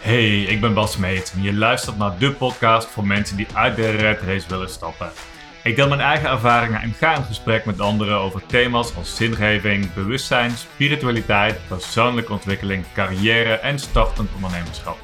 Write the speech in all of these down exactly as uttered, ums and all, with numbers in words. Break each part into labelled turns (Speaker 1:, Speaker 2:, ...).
Speaker 1: Hey, ik ben Bas Meet en je luistert naar de podcast voor mensen die uit de red race willen stappen. Ik deel mijn eigen ervaringen en ga in gesprek met anderen over thema's als zingeving, bewustzijn, spiritualiteit, persoonlijke ontwikkeling, carrière en startend ondernemerschap.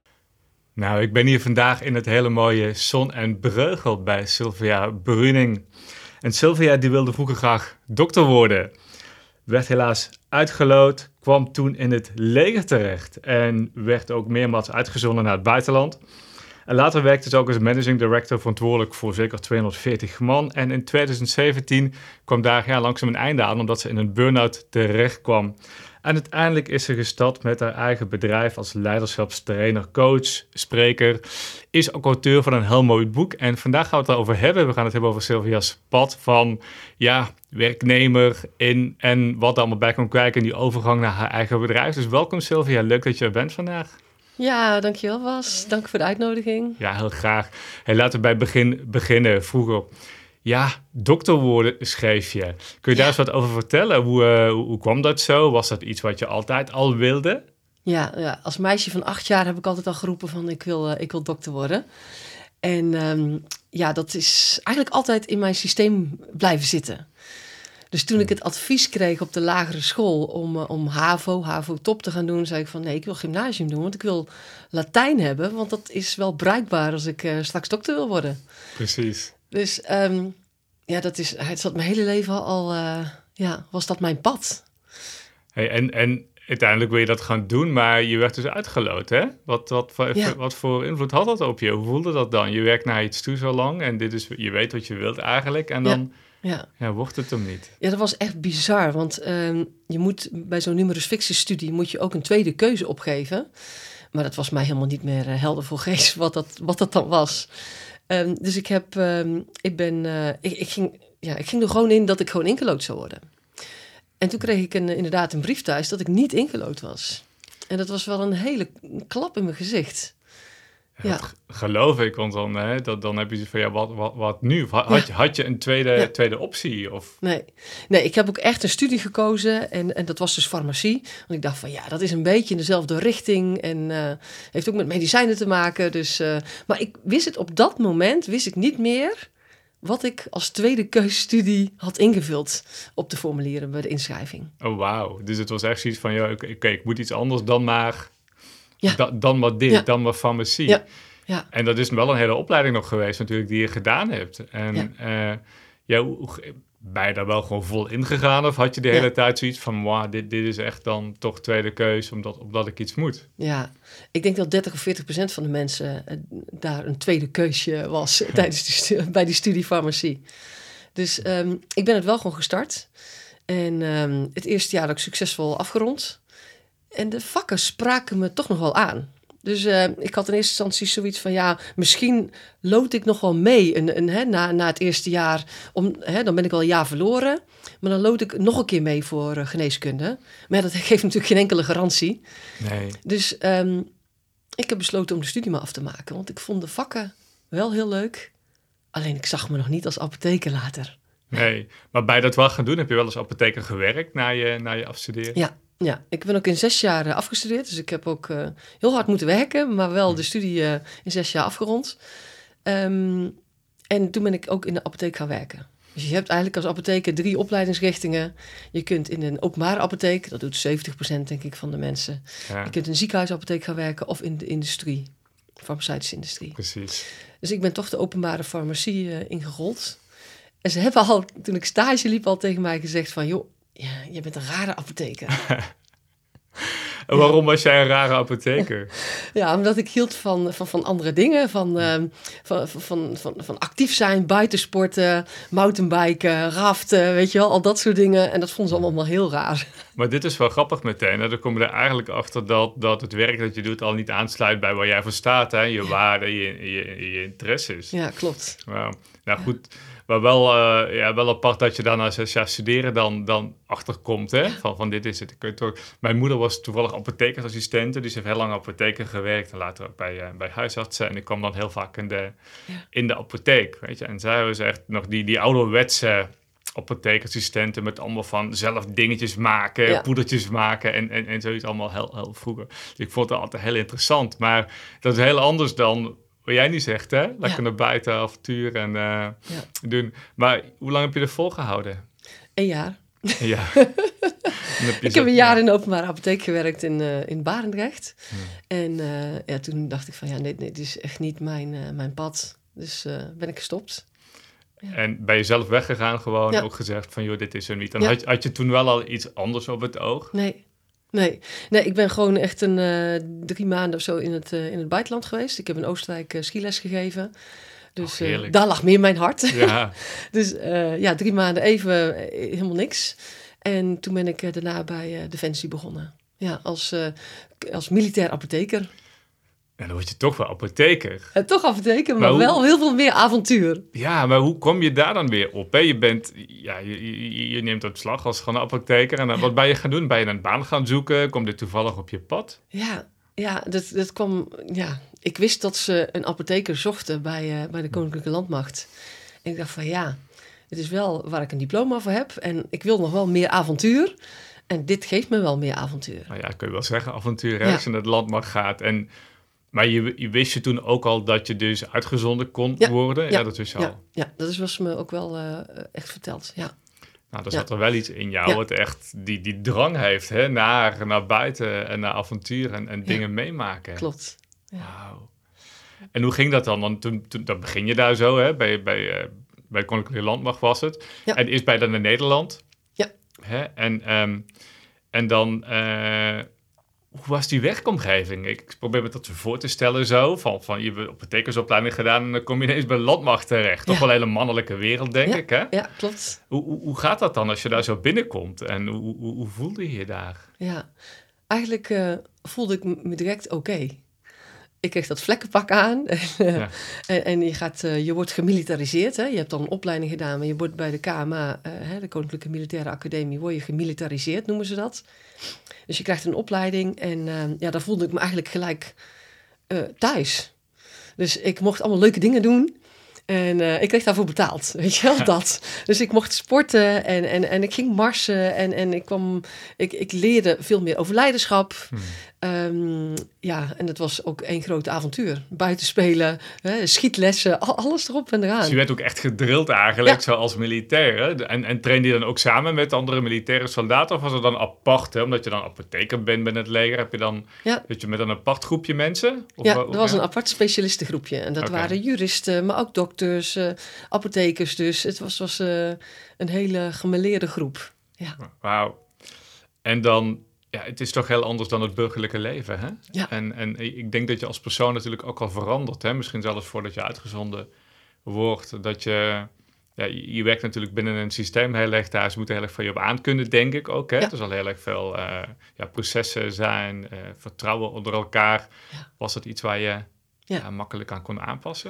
Speaker 1: Nou, ik ben hier vandaag in het hele mooie Zon en Breugel bij Sylvia Bruning. En Sylvia die wilde vroeger graag dokter worden. Werd helaas uitgeloot, kwam toen in het leger terecht en werd ook meermaals uitgezonden naar het buitenland. En later werkte ze ook als managing director verantwoordelijk voor zeker tweehonderdveertig man. En in twintig zeventien kwam daar ja, langzaam een einde aan omdat ze in een burn-out terecht kwam. En uiteindelijk is ze gestart met haar eigen bedrijf als leiderschapstrainer, coach, spreker. Is ook auteur van een heel mooi boek. En vandaag gaan we het daarover hebben. We gaan het hebben over Sylvia's pad van ja, werknemer in en wat er allemaal bij komt kijken in die overgang naar haar eigen bedrijf. Dus welkom Sylvia, leuk dat je er bent vandaag.
Speaker 2: Ja, dankjewel Bas. Dank voor de uitnodiging.
Speaker 1: Ja, heel graag. Hey, laten we bij het begin beginnen. Vroeger, ja, dokter worden schreef je. Kun je ja. daar eens wat over vertellen? Hoe, uh, hoe kwam dat zo? Was dat iets wat je altijd al wilde?
Speaker 2: Ja, ja, als meisje van acht jaar heb ik altijd al geroepen van ik wil, uh, ik wil dokter worden. En um, ja, dat is eigenlijk altijd in mijn systeem blijven zitten. Dus toen ik het advies kreeg op de lagere school om, uh, om HAVO, HAVO-top te gaan doen, zei ik van nee, ik wil gymnasium doen, want ik wil Latijn hebben, want dat is wel bruikbaar als ik uh, straks dokter wil worden.
Speaker 1: Precies.
Speaker 2: Dus um, ja, dat is, het zat mijn hele leven al, uh, ja, was dat mijn pad.
Speaker 1: Hey, en, en uiteindelijk wil je dat gaan doen, maar je werd dus uitgeloot, hè? Wat, wat, ja. wat voor invloed had dat op je? Hoe voelde dat dan? Je werkt naar iets toe zo lang en dit is, je weet wat je wilt eigenlijk en dan ja. Ja. Ja, wordt het hem niet.
Speaker 2: Ja, dat was echt bizar, want um, je moet bij zo'n numerus fixus studie moet je ook een tweede keuze opgeven. Maar dat was mij helemaal niet meer uh, helder voor geest wat dat, wat dat dan was. Um, dus ik heb, um, ik ben, uh, ik, ik, ging, ja, ik ging er gewoon in dat ik gewoon ingelood zou worden. En toen kreeg ik een, inderdaad een brief thuis dat ik niet ingelood was. En dat was wel een hele klap in mijn gezicht.
Speaker 1: Ja, ja. Geloof ik, want dan, hè, dat, dan heb je van ja, wat, wat, wat nu? Had, ja. je, had je een tweede, ja. tweede optie? Of?
Speaker 2: Nee. nee, ik heb ook echt een studie gekozen en, en dat was dus farmacie. Want ik dacht van ja, dat is een beetje in dezelfde richting en uh, heeft ook met medicijnen te maken. Dus, uh, maar ik wist het op dat moment, wist ik niet meer wat ik als tweede keusstudie had ingevuld op de formulieren bij de inschrijving.
Speaker 1: Oh, wauw. Dus het was echt zoiets van ja, oké, okay, ik moet iets anders dan maar...
Speaker 2: Ja.
Speaker 1: Da, dan maar dit, ja. dan maar farmacie.
Speaker 2: Ja. Ja.
Speaker 1: En dat is wel een hele opleiding nog geweest natuurlijk die je gedaan hebt. En ja. Uh, ja, hoe, ben je daar wel gewoon vol ingegaan? Of had je de hele ja. tijd zoiets van, wow, dit, dit is echt dan toch tweede keus omdat, omdat ik iets moet?
Speaker 2: Ja, ik denk dat dertig of veertig procent van de mensen uh, daar een tweede keusje was tijdens die stu- bij die studie farmacie. Dus um, ik ben het wel gewoon gestart. En um, het eerste jaar ook succesvol afgerond. En de vakken spraken me toch nog wel aan. Dus uh, ik had in eerste instantie zoiets van... ja, misschien lood ik nog wel mee een, een, hè, na, na het eerste jaar. Om, hè, dan ben ik wel een jaar verloren. Maar dan lood ik nog een keer mee voor uh, geneeskunde. Maar ja, dat geeft natuurlijk geen enkele garantie.
Speaker 1: Nee.
Speaker 2: Dus um, ik heb besloten om de studie maar af te maken. Want ik vond de vakken wel heel leuk. Alleen ik zag me nog niet als apotheker later.
Speaker 1: Nee, maar bij dat wel gaan doen... heb je wel als apotheker gewerkt na je, na je afstuderen?
Speaker 2: Ja. Ja, ik ben ook in zes jaar uh, afgestudeerd. Dus ik heb ook uh, heel hard moeten werken. Maar wel de studie uh, in zes jaar afgerond. Um, en toen ben ik ook in de apotheek gaan werken. Dus je hebt eigenlijk als apotheker drie opleidingsrichtingen. Je kunt in een openbare apotheek. Dat doet zeventig procent denk ik van de mensen. Ja. Je kunt in een ziekenhuisapotheek gaan werken. Of in de industrie. De farmaceutische industrie.
Speaker 1: Precies.
Speaker 2: Dus ik ben toch de openbare farmacie uh, ingerold. En ze hebben al, toen ik stage liep, al tegen mij gezegd van... joh, ja, je bent een rare apotheker.
Speaker 1: En waarom was jij een rare apotheker?
Speaker 2: Ja, omdat ik hield van, van, van andere dingen. Van, uh, van, van, van, van actief zijn, buitensporten, mountainbiken, raften, weet je wel. Al dat soort dingen. En dat vonden ze allemaal heel raar.
Speaker 1: Maar dit is wel grappig meteen. Hè? Dan kom je er eigenlijk achter dat, dat het werk dat je doet al niet aansluit bij waar jij voor staat. Hè? Je waarden, je, je, je interesses.
Speaker 2: Ja, klopt.
Speaker 1: Wow. Nou goed... Ja. Maar wel, uh, ja, wel apart dat je daar na zes jaar studeren dan, dan achterkomt, hè? Van, van dit is het. Ik weet toch, mijn moeder was toevallig apothekersassistente, dus ze heeft heel lang apotheker gewerkt en later ook bij, uh, bij huisartsen. En ik kwam dan heel vaak in de, ja. in de apotheek, weet je. En zij was echt nog die, die ouderwetse apotheekassistenten met allemaal van zelf dingetjes maken, ja. poedertjes maken en, en, en zoiets allemaal heel, heel vroeger. Dus ik vond het altijd heel interessant. Maar dat is heel anders dan wat jij nu zegt, hè? Lekker ja. naar buiten, avontuur en uh, ja. doen. Maar hoe lang heb je er volgehouden?
Speaker 2: Een jaar.
Speaker 1: Een jaar.
Speaker 2: heb ik heb een jaar in de openbare apotheek gewerkt in, uh, in Barendrecht. Hmm. En uh, ja, toen dacht ik van, ja, nee, nee, dit is echt niet mijn, uh, mijn pad. Dus uh, ben ik gestopt. Ja. En
Speaker 1: ben je zelf weggegaan gewoon, ja. ook gezegd van, joh, dit is er niet. En ja. had, had je toen wel al iets anders op het oog?
Speaker 2: Nee. Nee, nee, ik ben gewoon echt een uh, drie maanden of zo in het, uh, in het buitenland geweest. Ik heb in Oostenrijk uh, skiles gegeven. Dus uh, daar lag meer mijn hart. Ja. dus uh, ja, drie maanden even uh, helemaal niks. En toen ben ik uh, daarna bij uh, Defensie begonnen. Ja, als, uh, als militair apotheker.
Speaker 1: En dan word je toch wel apotheker.
Speaker 2: Uh, toch apotheker, maar, maar hoe... wel heel veel meer avontuur.
Speaker 1: Ja, maar hoe kom je daar dan weer op? Hè? Je bent, ja, je, je, je neemt ontslag als gewoon apotheker. En dan, ja. wat ben je gaan doen? Ben je een baan gaan zoeken? Komt dit toevallig op je pad?
Speaker 2: Ja, ja, dat, dat kwam, ja. Ik wist dat ze een apotheker zochten bij, uh, bij de Koninklijke Landmacht. En ik dacht van ja, het is wel waar ik een diploma voor heb. En ik wil nog wel meer avontuur. En dit geeft me wel meer avontuur.
Speaker 1: Nou ja, kun je wel zeggen avontuur, hè, ja. als je naar de landmacht gaat. En... Maar je, je wist je toen ook al dat je dus uitgezonden kon ja, worden? Ja, ja, dat wist je
Speaker 2: ja,
Speaker 1: al.
Speaker 2: Ja, dat is was me ook wel uh, echt verteld, ja.
Speaker 1: Nou, er zat ja. er wel iets in jou ja. wat echt die, die drang heeft, hè, naar, naar buiten en naar avontuur en, en dingen ja. meemaken.
Speaker 2: Klopt.
Speaker 1: Ja. Wauw. En hoe ging dat dan? Want toen, toen dan begin je daar zo, hè, bij, bij, uh, bij Koninklijke Landmacht was het. Ja. En eerst bij dan in Nederland.
Speaker 2: Ja.
Speaker 1: Hè, en, um, en dan... Uh, Hoe was die werkomgeving? Ik probeer me dat voor te stellen zo. Van, van je hebt apothekersopleiding gedaan en dan kom je ineens bij de landmacht terecht. Ja. Toch wel een hele mannelijke wereld, denk
Speaker 2: ja,
Speaker 1: ik, hè?
Speaker 2: Ja, klopt.
Speaker 1: Hoe, hoe, hoe gaat dat dan als je daar zo binnenkomt? En hoe, hoe, hoe voelde je je daar?
Speaker 2: Ja, eigenlijk uh, voelde ik me direct oké. Okay. Ik kreeg dat vlekkenpak aan en, uh, ja. en, en je, gaat, uh, je wordt gemilitariseerd. Hè? Je hebt dan een opleiding gedaan, maar je wordt bij de K M A, uh, hè, de Koninklijke Militaire Academie, word je gemilitariseerd, noemen ze dat. Dus je krijgt een opleiding en uh, ja, daar voelde ik me eigenlijk gelijk uh, thuis. Dus ik mocht allemaal leuke dingen doen. En uh, ik kreeg daarvoor betaald, weet je wel, dat. Dus ik mocht sporten en, en, en ik ging marsen en, en ik, kwam, ik, ik leerde veel meer over leiderschap. Hmm. Um, ja, en het was ook één groot avontuur. Buiten spelen, hè, schietlessen, alles erop en eraan.
Speaker 1: Dus je werd ook echt gedrild eigenlijk, ja. zo als militair. Hè? En, en trainde je dan ook samen met andere militaire soldaten? Of was het dan apart, hè? Omdat je dan apotheker bent binnen het leger? Heb je dan ja. dat je met een apart groepje mensen? Of,
Speaker 2: ja, er was ja? een apart specialistengroepje. En dat okay. waren juristen, maar ook dokters, uh, apothekers dus. Het was, was uh, een hele gemêleerde groep. Ja.
Speaker 1: Wauw. En dan... Ja, het is toch heel anders dan het burgerlijke leven, hè?
Speaker 2: Ja.
Speaker 1: En, en ik denk dat je als persoon natuurlijk ook al verandert, hè? Misschien zelfs voordat je uitgezonden wordt. Dat je... Ja, je werkt natuurlijk binnen een systeem heel erg daar. Ze moeten heel erg van je op aan kunnen, denk ik ook, hè? Ja. Er zal heel erg veel uh, ja, processen zijn, uh, vertrouwen onder elkaar. Ja. Was dat iets waar je ja. Ja, makkelijk aan kon aanpassen?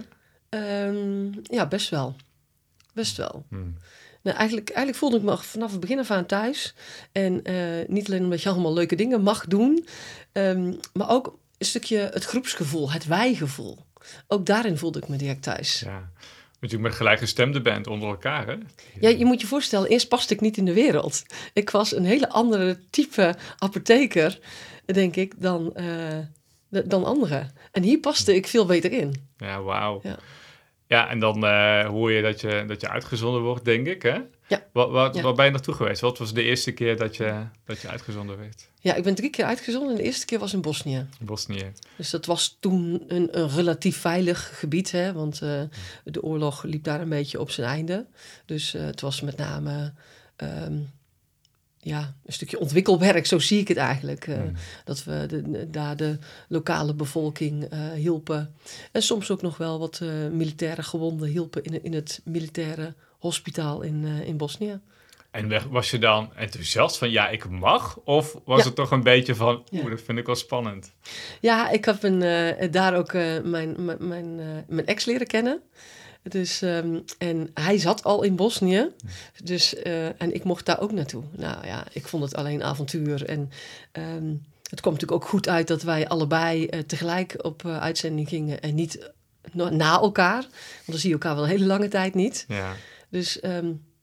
Speaker 2: Um, ja, best wel. Best wel. Hmm. Nou, eigenlijk, eigenlijk voelde ik me vanaf het begin af aan thuis. En uh, niet alleen omdat je allemaal leuke dingen mag doen, um, maar ook een stukje het groepsgevoel, het wij-gevoel. Ook daarin voelde ik me direct thuis.
Speaker 1: Ja, want je met gelijkgestemde bent onder elkaar, hè? Ja.
Speaker 2: ja, je moet je voorstellen, eerst paste ik niet in de wereld. Ik was een hele andere type apotheker, denk ik, dan, uh, dan anderen. En hier paste ik veel beter in.
Speaker 1: Ja, wauw. Ja. Ja, en dan uh, hoor je dat, je dat je uitgezonden wordt, denk ik, hè?
Speaker 2: Ja.
Speaker 1: Wat, wat,
Speaker 2: ja.
Speaker 1: Waar ben je naartoe geweest? Wat was de eerste keer dat je, dat je uitgezonden werd?
Speaker 2: Ja, ik ben drie keer uitgezonden en de eerste keer was in Bosnië.
Speaker 1: Bosnië.
Speaker 2: Dus dat was toen een, een relatief veilig gebied, hè? Want uh, de oorlog liep daar een beetje op zijn einde. Dus uh, het was met name... Um, ja, een stukje ontwikkelwerk, zo zie ik het eigenlijk. Uh, mm. Dat we de, de, daar de lokale bevolking uh, hielpen. En soms ook nog wel wat uh, militaire gewonden hielpen in, in het militaire hospitaal in, uh, in Bosnië.
Speaker 1: En was je dan enthousiast van ja, ik mag? Of was ja. het toch een beetje van, oeh, ja. dat vind ik wel spannend?
Speaker 2: Ja, ik heb een, uh, daar ook uh, mijn, mijn, mijn, uh, mijn ex leren kennen. Dus, um, en hij zat al in Bosnië, dus, uh, en ik mocht daar ook naartoe. Nou ja, ik vond het alleen avontuur. En um, het kwam natuurlijk ook goed uit dat wij allebei uh, tegelijk op uh, uitzending gingen en niet uh, na elkaar. Want dan zie je elkaar wel een hele lange tijd niet.
Speaker 1: Ja.
Speaker 2: Dus um,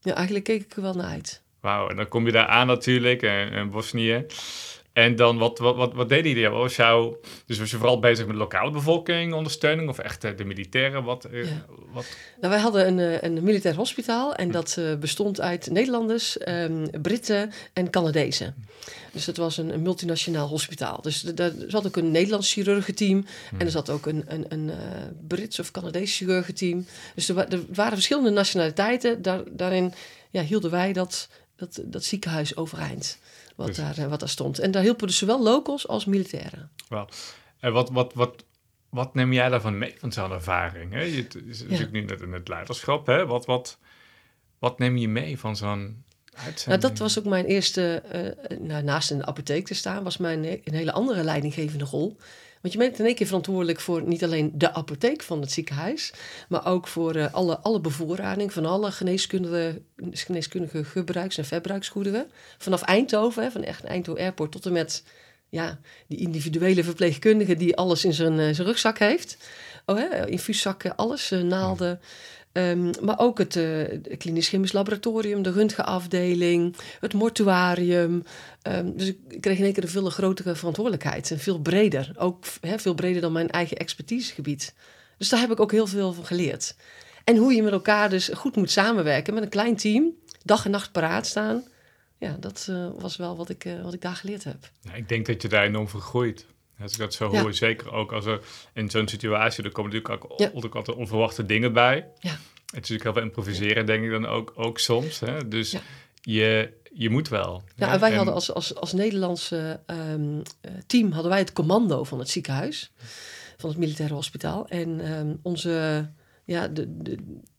Speaker 2: Ja, eigenlijk keek ik er wel naar uit.
Speaker 1: Wauw, en dan kom je daar aan natuurlijk, in, in Bosnië. En dan, wat, wat, wat, wat deden jullie? Wat was jouw, dus was je vooral bezig met lokale bevolking, ondersteuning? Of echt uh, de militairen? Wat, uh,
Speaker 2: Ja.
Speaker 1: wat?
Speaker 2: Nou, wij hadden een, uh, een militair hospitaal. En dat uh, bestond uit Nederlanders, um, Britten en Canadezen. Dus het was een, een multinationaal hospitaal. Dus er zat ook een Nederlands chirurgenteam. Hmm. En er zat ook een, een, een uh, Brits of Canadees chirurgenteam. Dus er, wa- er waren verschillende nationaliteiten. Daar, daarin ja, hielden wij dat, dat, dat ziekenhuis overeind. Wat, dus. daar, wat daar stond. En daar hielpen dus zowel locals als militairen.
Speaker 1: Wel. En wat, wat, wat, wat neem jij daarvan mee, van zo'n ervaring? Hè? Je zit natuurlijk ja. nu net in het leiderschap. Hè? Wat, wat, wat neem je mee van zo'n uitzending?
Speaker 2: Nou, dat was ook mijn eerste... Uh, nou, naast in de apotheek te staan... was mijn een hele andere leidinggevende rol. Want je bent in één keer verantwoordelijk voor niet alleen de apotheek van het ziekenhuis... maar ook voor uh, alle, alle bevoorrading van alle geneeskundige, geneeskundige gebruiks- en verbruiksgoederen. Vanaf Eindhoven, hè, van echt Eindhoven Airport tot en met... ja, die individuele verpleegkundige die alles in zijn, uh, zijn rugzak heeft. Oh, hè, infuuszakken, alles, uh, naalden... Um, maar ook het uh, klinisch chemisch laboratorium, de röntgenafdeling, het mortuarium. Um, dus ik kreeg in één keer een veel grotere verantwoordelijkheid en veel breder. Ook he, veel breder dan mijn eigen expertisegebied. Dus daar heb ik ook heel veel van geleerd. En hoe je met elkaar dus goed moet samenwerken met een klein team, dag en nacht paraat staan. Ja, dat uh, was wel wat ik, uh, wat ik daar geleerd heb.
Speaker 1: Nou, ik denk dat je daar enorm vergroeit. Als ik dat zo hoor, ja. Zeker ook als er in zo'n situatie, er komen natuurlijk ook, ja. ook altijd onverwachte dingen bij.
Speaker 2: Ja.
Speaker 1: Het is natuurlijk heel veel improviseren, denk ik dan ook, ook soms. Hè? Dus ja. je, je moet wel.
Speaker 2: Ja,
Speaker 1: hè?
Speaker 2: en wij
Speaker 1: en...
Speaker 2: hadden als, als, als Nederlandse um, team hadden wij het commando van het ziekenhuis, van het militaire hospitaal. En um, onze, ja, de, de,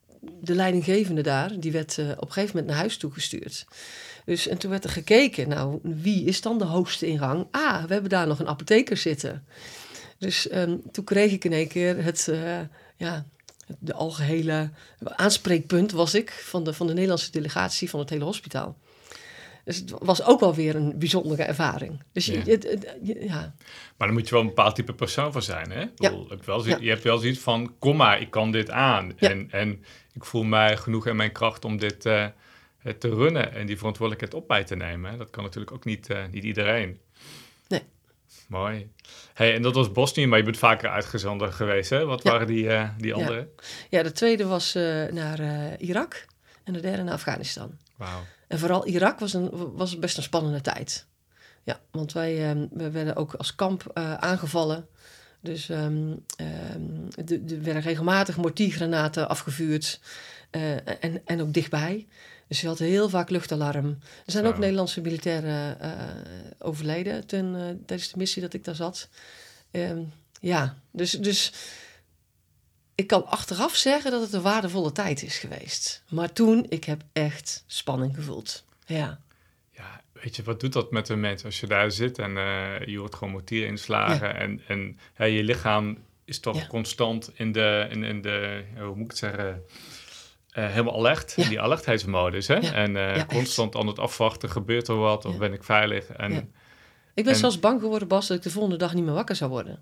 Speaker 2: de leidinggevende daar, die werd uh, op een gegeven moment naar huis toegestuurd. Dus, en toen werd er gekeken, nou, wie is dan de hoogste in rang? Ah, we hebben daar nog een apotheker zitten. Dus um, toen kreeg ik in één keer het, uh, ja, de algehele aanspreekpunt was ik van de, van de Nederlandse delegatie van het hele hospitaal. Dus het was ook wel weer een bijzondere ervaring. Dus je, ja. Het, het, je, ja.
Speaker 1: Maar dan moet je wel een bepaald type persoon voor zijn, hè?
Speaker 2: Ja.
Speaker 1: Ik heb wel zoiets, ja. Je hebt wel zoiets van, kom maar, ik kan dit aan.
Speaker 2: Ja.
Speaker 1: En, en ik voel mij genoeg in mijn kracht om dit... Uh, te runnen en die verantwoordelijkheid op mij te nemen. Dat kan natuurlijk ook niet, uh, niet iedereen.
Speaker 2: Nee.
Speaker 1: Mooi. Hey, en dat was Bosnië, maar je bent vaker uitgezonden geweest, hè? Wat ja. waren die, uh, die andere?
Speaker 2: Ja. ja, de tweede was uh, naar uh, Irak en de derde naar Afghanistan.
Speaker 1: Wauw.
Speaker 2: En vooral Irak was, een, was best een spannende tijd. Ja, want wij um, we werden ook als kamp uh, aangevallen. Dus um, um, er werden regelmatig mortiergranaten afgevuurd uh, en, en ook dichtbij. Dus je had heel vaak luchtalarm. Er zijn Zo. ook Nederlandse militairen uh, overleden ten, uh, tijdens de missie dat ik daar zat. Um, ja, dus, dus ik kan achteraf zeggen dat het een waardevolle tijd is geweest. Maar toen, ik heb echt spanning gevoeld. Ja.
Speaker 1: Ja, weet je, wat doet dat met een mens als je daar zit en uh, je wordt gewoon mortier inslagen ja. en, en ja, je lichaam is toch ja. constant in de, in, in de, hoe moet ik het zeggen... Uh, helemaal alert, ja. in die alertheidsmodus. Hè? Ja. En uh, ja, constant echt. Aan het afwachten, gebeurt er wat of ja. ben ik veilig? En,
Speaker 2: ja. Ik ben
Speaker 1: en...
Speaker 2: zelfs bang geworden, Bas, dat ik de volgende dag niet meer wakker zou worden.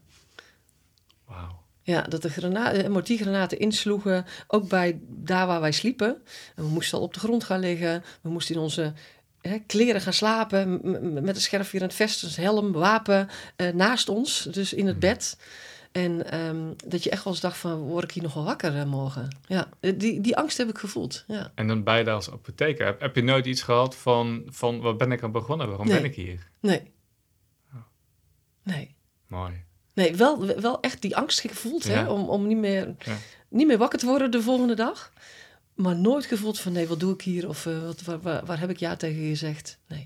Speaker 1: Wauw.
Speaker 2: Ja, dat de granaten, mortiergranaten insloegen, ook bij daar waar wij sliepen. En we moesten al op de grond gaan liggen. We moesten in onze hè, kleren gaan slapen, m- met een scherf weer in het vest, dus helm, wapen, uh, naast ons, dus in het bed. En um, dat je echt wel eens dacht van, word ik hier nog wel wakker uh, morgen? Ja, die, die angst heb ik gevoeld, ja.
Speaker 1: En dan beide als apotheker. Heb, heb je nooit iets gehad van, van, waar ben ik aan begonnen? Waarom
Speaker 2: nee.
Speaker 1: ben ik hier?
Speaker 2: Nee. Oh. Nee.
Speaker 1: Mooi.
Speaker 2: Nee, wel, wel echt die angst gevoeld, ja. hè, om, om niet meer,
Speaker 1: ja.
Speaker 2: niet meer wakker te worden de volgende dag. Maar nooit gevoeld van, nee, wat doe ik hier? Of uh, wat, waar, waar, waar heb ik ja tegen gezegd? Nee.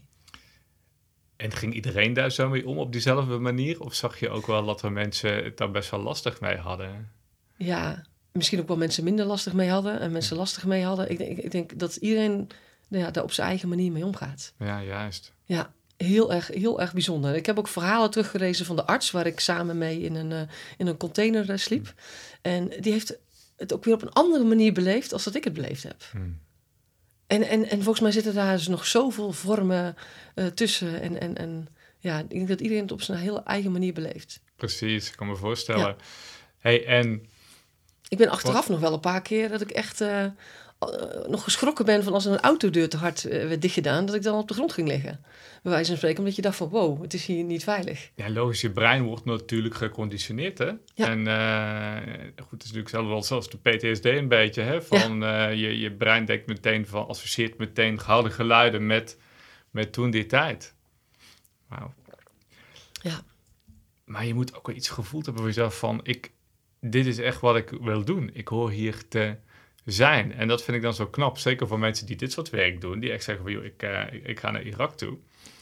Speaker 1: En ging iedereen daar zo mee om op diezelfde manier? Of zag je ook wel dat er mensen het daar best wel lastig mee hadden?
Speaker 2: Ja, misschien ook wel mensen minder lastig mee hadden en mensen ja. lastig mee hadden. Ik denk, ik denk dat iedereen nou ja, daar op zijn eigen manier mee omgaat.
Speaker 1: Ja, juist.
Speaker 2: Ja, heel erg, heel erg bijzonder. Ik heb ook verhalen teruggelezen van de arts waar ik samen mee in een, uh, in een container uh, sliep. En die heeft het ook weer op een andere manier beleefd als dat ik het beleefd heb. Hmm. En, en, en volgens mij zitten daar dus nog zoveel vormen uh, tussen. En, en, en ja, ik denk dat iedereen het op zijn hele eigen manier beleeft.
Speaker 1: Precies, ik kan me voorstellen. Ja. Hey, en...
Speaker 2: Ik ben achteraf Wat? nog wel een paar keer dat ik echt uh, uh, nog geschrokken ben van als er een autodeur te hard uh, werd dichtgedaan, dat ik dan op de grond ging liggen. Bij wijze van spreken, omdat je dacht van wow, het is hier niet veilig.
Speaker 1: Ja, logisch, je brein wordt natuurlijk geconditioneerd, hè?
Speaker 2: Ja.
Speaker 1: En uh, goed, het is natuurlijk zelfs wel zoals de P T S D een beetje, hè? Van ja. uh, je, je brein denkt meteen van, associeert meteen harde geluiden met, met toen die tijd. Wauw.
Speaker 2: Ja.
Speaker 1: Maar je moet ook wel iets gevoeld hebben voor jezelf van, ik, dit is echt wat ik wil doen. Ik hoor hier te zijn. En dat vind ik dan zo knap. Zeker voor mensen die dit soort werk doen. Die echt zeggen van, joh, ik, uh, ik, ik ga naar Irak toe.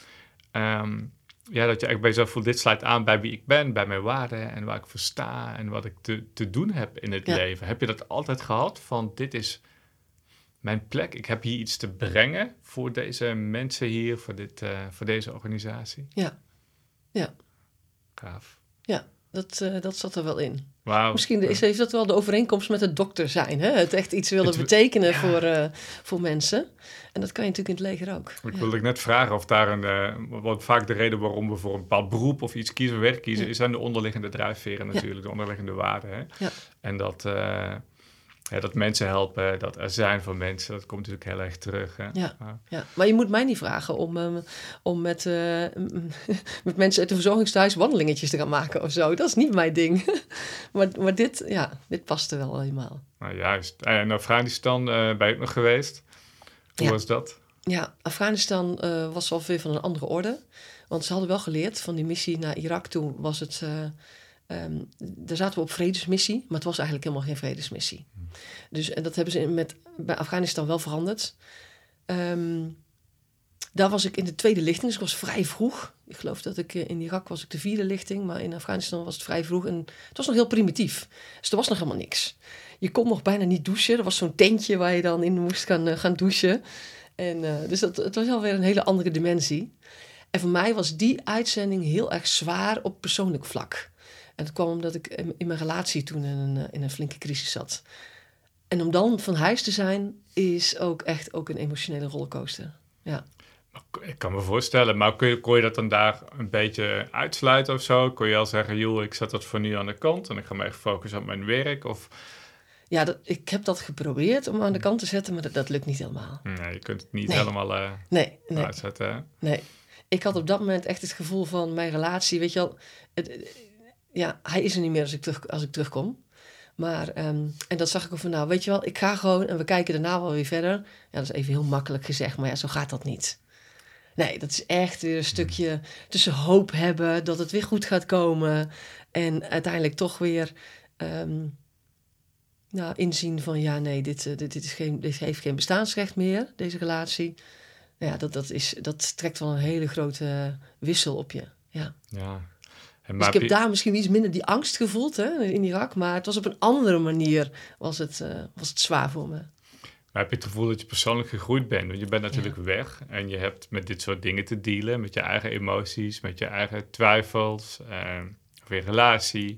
Speaker 1: Um, ja, dat je echt bij jezelf voelt, dit sluit aan bij wie ik ben, bij mijn waarden en waar ik voor sta en wat ik te, te doen heb in het ja. leven. Heb je dat altijd gehad van, dit is mijn plek. Ik heb hier iets te brengen voor deze mensen hier, voor, dit, uh, voor deze organisatie.
Speaker 2: Ja. Ja.
Speaker 1: Gaaf.
Speaker 2: Ja, dat, uh, dat zat er wel in.
Speaker 1: Wow.
Speaker 2: Misschien is, heeft dat wel de overeenkomst met het dokter zijn. Hè? Het echt iets willen het, betekenen ja. voor, uh, voor mensen. En dat kan je natuurlijk in het leger ook.
Speaker 1: Ik
Speaker 2: ja.
Speaker 1: wilde net vragen of daar een... Uh, wat vaak de reden waarom we voor een bepaald beroep of iets kiezen, werk kiezen, ja. zijn de onderliggende drijfveren natuurlijk, ja. de onderliggende waarden. Hè?
Speaker 2: Ja.
Speaker 1: En dat... Uh, Ja, dat mensen helpen, dat er zijn voor mensen, dat komt natuurlijk heel erg terug. Hè?
Speaker 2: Ja, ja. ja, maar je moet mij niet vragen om, um, om met, uh, met mensen uit de verzorgingstehuis wandelingetjes te gaan maken of zo. Dat is niet mijn ding. maar maar dit, ja, dit past er wel helemaal.
Speaker 1: Nou juist. En Afghanistan uh, ben je ook nog geweest. Hoe
Speaker 2: ja.
Speaker 1: was dat?
Speaker 2: Ja, Afghanistan uh, was wel weer van een andere orde. Want ze hadden wel geleerd van die missie naar Irak. Toen was het... Uh, Um, daar zaten we op vredesmissie, maar het was eigenlijk helemaal geen vredesmissie. Hmm. Dus, en dat hebben ze met, bij Afghanistan wel veranderd. Um, daar was ik in de tweede lichting, dus ik was vrij vroeg. Ik geloof dat ik in Irak was ik de vierde lichting, maar in Afghanistan was het vrij vroeg. En het was nog heel primitief, dus er was nog helemaal niks. Je kon nog bijna niet douchen. Er was zo'n tentje waar je dan in moest gaan, uh, gaan douchen. En, uh, dus dat, het was alweer een hele andere dimensie. En voor mij was die uitzending heel erg zwaar op persoonlijk vlak. En dat kwam omdat ik in mijn relatie toen in een, in een flinke crisis zat. En om dan van huis te zijn, is ook echt ook een emotionele rollercoaster. Ja.
Speaker 1: Ik kan me voorstellen, maar kon je, kon je dat dan daar een beetje uitsluiten of zo? Kon je al zeggen, joh, ik zet dat voor nu aan de kant en ik ga me echt focussen op mijn werk? Of...
Speaker 2: Ja, dat, ik heb dat geprobeerd om aan de kant te zetten, maar dat, dat lukt niet helemaal.
Speaker 1: Nee, je kunt het niet
Speaker 2: nee.
Speaker 1: helemaal uh,
Speaker 2: nee, nee.
Speaker 1: uitzetten. Hè?
Speaker 2: Nee. Ik had op dat moment echt het gevoel van mijn relatie, weet je wel... Het, ja, hij is er niet meer als ik, terug, als ik terugkom. Maar, um, en dat zag ik ook van, nou, weet je wel, ik ga gewoon en we kijken daarna wel weer verder. Ja, dat is even heel makkelijk gezegd, maar ja, zo gaat dat niet. Nee, dat is echt weer een stukje tussen hoop hebben dat het weer goed gaat komen. En uiteindelijk toch weer um, nou, inzien van, ja, nee, dit, uh, dit, dit, is geen, dit heeft geen bestaansrecht meer, deze relatie. Ja, dat, dat, is, dat trekt wel een hele grote wissel op je, ja.
Speaker 1: Ja.
Speaker 2: En dus ik heb je... daar misschien iets minder die angst gevoeld hè, in Irak. Maar het was op een andere manier was het, uh, was het zwaar voor me.
Speaker 1: Maar heb je het gevoel dat je persoonlijk gegroeid bent? Want je bent natuurlijk ja. weg. En je hebt met dit soort dingen te dealen. Met je eigen emoties, met je eigen twijfels. Uh, of je relatie.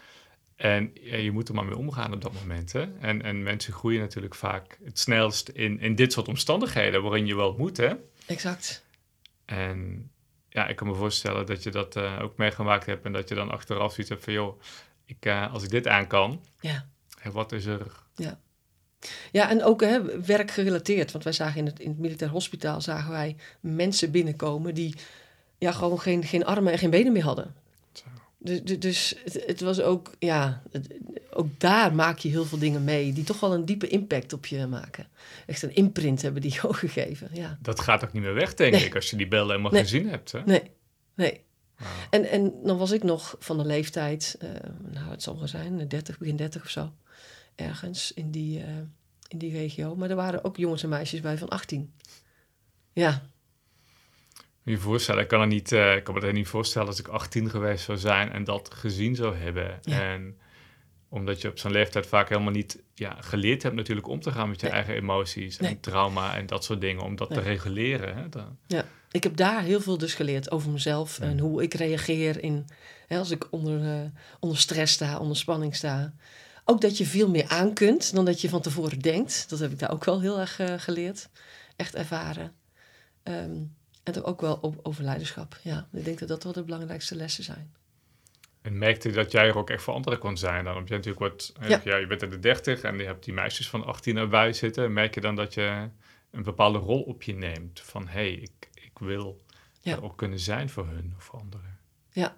Speaker 1: En ja, je moet er maar mee omgaan op dat moment. Hè? En, en mensen groeien natuurlijk vaak het snelst in, in dit soort omstandigheden. Waarin je wel moet, hè?
Speaker 2: Exact.
Speaker 1: En... Ja, ik kan me voorstellen dat je dat uh, ook meegemaakt hebt en dat je dan achteraf zoiets hebt van, joh, ik, uh, als ik dit aan kan,
Speaker 2: ja.
Speaker 1: hè, wat is er?
Speaker 2: Ja, ja en ook hè, werkgerelateerd, want wij zagen in het, in het militair hospitaal zagen wij mensen binnenkomen die ja, gewoon geen, geen armen en geen benen meer hadden. Zo. Dus, dus het, het was ook, ja, het, ook daar maak je heel veel dingen mee die toch wel een diepe impact op je maken. Echt een imprint hebben die ook gegeven, ja.
Speaker 1: Dat gaat ook niet meer weg, denk nee. ik, als je die beelden helemaal nee. gezien hebt. Hè?
Speaker 2: Nee, nee.
Speaker 1: Wow.
Speaker 2: En, en dan was ik nog van de leeftijd, uh, nou het zal wel zijn, dertig, begin dertig of zo, ergens in die, uh, in die regio. Maar er waren ook jongens en meisjes bij van achttien. Ja.
Speaker 1: Je voorstellen, ik kan, er niet, uh, ik kan me er niet voorstellen als ik achttien geweest zou zijn en dat gezien zou hebben. Ja. En omdat je op zo'n leeftijd vaak helemaal niet ja, geleerd hebt natuurlijk om te gaan met je nee. eigen emoties nee. en trauma en dat soort dingen, om dat nee. te reguleren. Hè? Dan...
Speaker 2: Ja, ik heb daar heel veel dus geleerd over mezelf ja. en hoe ik reageer in, hè, als ik onder, uh, onder stress sta, onder spanning sta. Ook dat je veel meer aan kunt dan dat je van tevoren denkt. Dat heb ik daar ook wel heel erg uh, geleerd. Echt ervaren. Um, En toch ook wel op, over leiderschap. Ja, ik denk dat dat wel de belangrijkste lessen zijn.
Speaker 1: En merkte je dat jij er ook echt voor anderen kon zijn? Dan heb je natuurlijk wat...
Speaker 2: Ja.
Speaker 1: Ja, je bent in de dertig en je hebt die meisjes van achttien erbij zitten. Merk je dan dat je een bepaalde rol op je neemt? Van, hé, hey, ik, ik wil
Speaker 2: Ja.
Speaker 1: er ook kunnen zijn voor hun of voor anderen.
Speaker 2: Ja.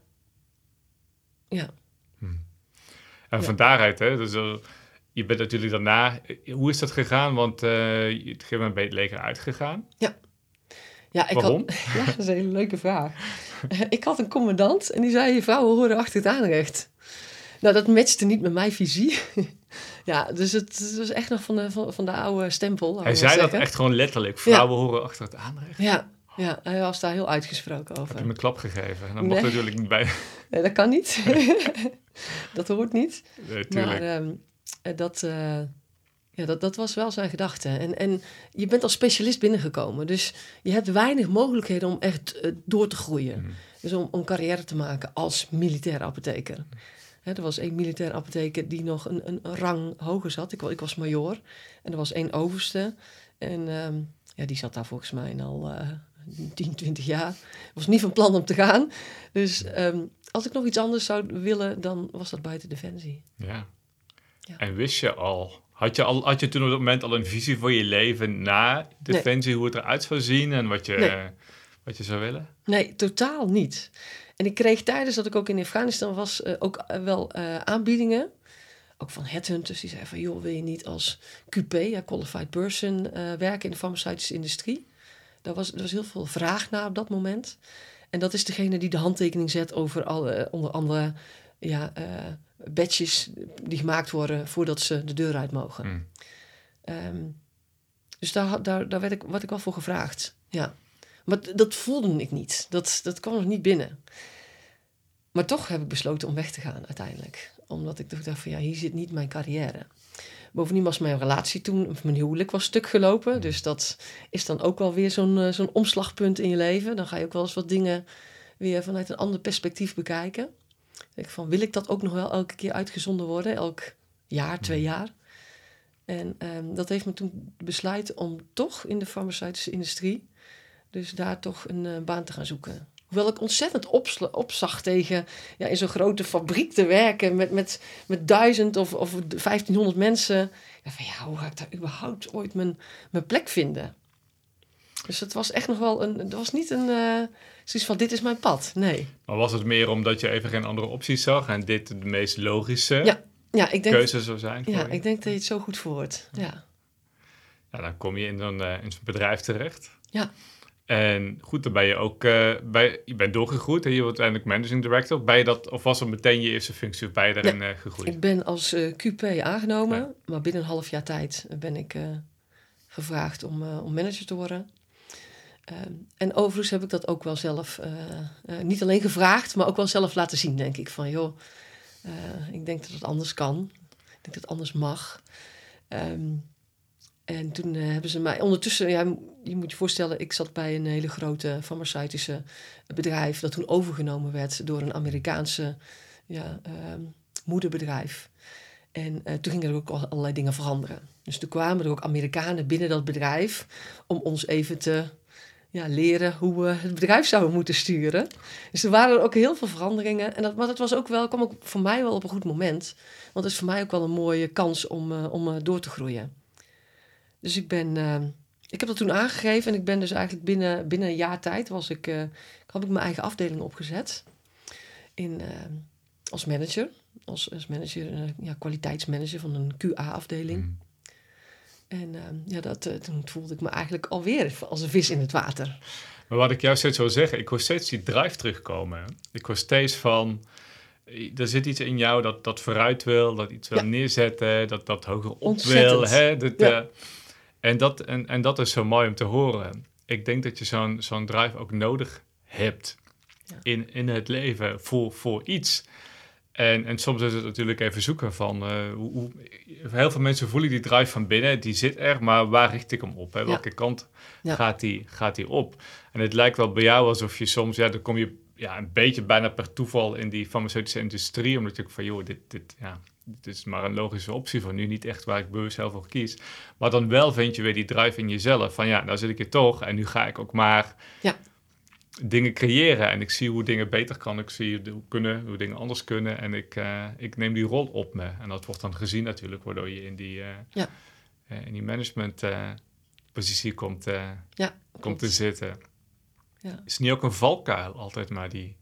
Speaker 2: Ja.
Speaker 1: Hm. En
Speaker 2: Ja.
Speaker 1: van daaruit, hè, dus, uh, je bent natuurlijk daarna... Hoe is dat gegaan? Want uh, op een gegeven moment ben je het leger uitgegaan.
Speaker 2: Ja. Ja, ik
Speaker 1: Waarom?
Speaker 2: Had, ja, dat is een hele leuke vraag. Ik had een commandant en die zei, vrouwen horen achter het aanrecht. Nou, dat matchte niet met mijn visie. Ja, dus het, het was echt nog van de, van, van de oude stempel.
Speaker 1: Hij zei dat echt gewoon letterlijk. Vrouwen ja. horen achter het aanrecht.
Speaker 2: Ja, ja, hij was daar heel uitgesproken over.
Speaker 1: Heb je hem een klap gegeven? En dan mocht nee. natuurlijk niet bij.
Speaker 2: Nee, dat kan niet. Dat hoort niet.
Speaker 1: Nee, tuurlijk.
Speaker 2: Maar um, dat, uh, ja, dat, dat was wel zijn gedachte. En, en je bent als specialist binnengekomen. Dus je hebt weinig mogelijkheden om echt uh, door te groeien. Mm. Dus om, om carrière te maken als militair apotheker. He, er was één militair apotheker die nog een, een rang hoger zat. Ik, ik was majoor. En er was één overste. En um, ja, die zat daar volgens mij al uh, tien, twintig jaar. Was niet van plan om te gaan. Dus um, als ik nog iets anders zou willen, dan was dat buiten Defensie.
Speaker 1: Ja. ja. En wist je al... Had je, al, had je toen op dat moment al een visie voor je leven na Defensie, nee. hoe het eruit zou zien en wat je, nee. uh, wat je zou willen?
Speaker 2: Nee, totaal niet. En ik kreeg tijdens dat ik ook in Afghanistan was uh, ook uh, wel uh, aanbiedingen. Ook van headhunters die zeiden van, joh, wil je niet als Q P, ja, qualified person, uh, werken in de farmaceutische industrie? Daar was, er was heel veel vraag naar op dat moment. En dat is degene die de handtekening zet over alle, onder andere ja, uh, badges die gemaakt worden voordat ze de deur uit mogen. Mm. Um, dus daar, daar, daar werd ik, werd ik wel voor gevraagd. Ja. Maar d- dat voelde ik niet. Dat, dat kwam nog niet binnen. Maar toch heb ik besloten om weg te gaan uiteindelijk. Omdat ik dacht van ja, hier zit niet mijn carrière. Bovendien was mijn relatie toen, of mijn huwelijk was stuk gelopen. Dus dat is dan ook wel weer zo'n, uh, zo'n omslagpunt in je leven. Dan ga je ook wel eens wat dingen weer vanuit een ander perspectief bekijken. Ik van, wil ik dat ook nog wel elke keer uitgezonden worden? Elk jaar, twee jaar. En um, dat heeft me toen besluit om toch in de farmaceutische industrie... dus daar toch een uh, baan te gaan zoeken. Hoewel ik ontzettend opsla- opzag tegen ja, in zo'n grote fabriek te werken... met, met, met duizend of, of vijftienhonderd mensen. Ja, van, ja, hoe ga ik daar überhaupt ooit mijn, mijn plek vinden? Dus het was echt nog wel een... Het was niet een... Uh, zoiets van, dit is mijn pad. Nee.
Speaker 1: Maar was het meer omdat je even geen andere opties zag... en dit de meest logische
Speaker 2: ja, ja, ik denk,
Speaker 1: keuze zou zijn?
Speaker 2: Ja,
Speaker 1: je?
Speaker 2: ik denk dat je het zo goed voert. Ja.
Speaker 1: Ja, dan kom je in zo'n, uh, in zo'n bedrijf terecht.
Speaker 2: Ja.
Speaker 1: En goed, dan ben je ook... Uh, bij, je bent doorgegroeid en je wordt uiteindelijk managing director. Ben je dat, of was dat meteen je eerste functie of ben je daarin
Speaker 2: nee,
Speaker 1: uh, gegroeid?
Speaker 2: Ik ben als uh, Q P aangenomen. Ja. Maar binnen een half jaar tijd ben ik uh, gevraagd om, uh, om manager te worden. Uh, en overigens heb ik dat ook wel zelf... Uh, uh, niet alleen gevraagd, maar ook wel zelf laten zien, denk ik. Van joh, uh, ik denk dat het anders kan. Ik denk dat het anders mag. Um, En toen uh, hebben ze mij... Ondertussen, ja, je moet je voorstellen... ik zat bij een hele grote farmaceutische bedrijf... dat toen overgenomen werd door een Amerikaanse ja, uh, moederbedrijf. En uh, toen gingen er ook allerlei dingen veranderen. Dus toen kwamen er ook Amerikanen binnen dat bedrijf... om ons even te ja, leren hoe we het bedrijf zouden moeten sturen. Dus er waren er ook heel veel veranderingen. En dat, maar dat was ook wel, kwam ook voor mij wel op een goed moment. Want het is voor mij ook wel een mooie kans om, uh, om uh, door te groeien. Dus ik ben, uh, ik heb dat toen aangegeven en ik ben dus eigenlijk binnen, binnen een jaar tijd was ik, uh, had ik mijn eigen afdeling opgezet. In, uh, als manager, als, als manager, uh, ja, kwaliteitsmanager van een Q A-afdeling. Mm. En uh, ja, dat, uh, toen voelde ik me eigenlijk alweer als een vis in het water.
Speaker 1: Maar wat ik jou steeds wil zeggen, ik hoor steeds die drive terugkomen. Ik hoor steeds van, er zit iets in jou dat, dat vooruit wil, dat iets wil ja. neerzetten, dat, dat hoger op wil. Hè? Dat, ja. uh, En dat, en, en dat is zo mooi om te horen. Ik denk dat je zo'n, zo'n drive ook nodig hebt ja. in, in het leven voor, voor iets. En, en soms is het natuurlijk even zoeken van... Uh, hoe, hoe, heel veel mensen voelen die drive van binnen, die zit er, maar waar richt ik hem op? Hè? Welke ja. kant ja. gaat die, gaat die op? En het lijkt wel bij jou alsof je soms... ja, dan kom je ja, een beetje bijna per toeval in die farmaceutische industrie... omdat je van, joh, dit... dit ja, het is maar een logische optie voor nu, niet echt waar ik bewust zelf voor kies. Maar dan wel vind je weer die drive in jezelf. Van ja, nou zit ik hier toch en nu ga ik ook maar
Speaker 2: ja.
Speaker 1: dingen creëren. En ik zie hoe dingen beter kan. Ik zie hoe, kunnen, hoe dingen anders kunnen. En ik, uh, ik neem die rol op me. En dat wordt dan gezien natuurlijk, waardoor je in die, uh,
Speaker 2: ja.
Speaker 1: uh, in die management uh, positie komt, uh,
Speaker 2: ja,
Speaker 1: komt te zitten.
Speaker 2: Ja.
Speaker 1: Is niet ook een valkuil altijd maar die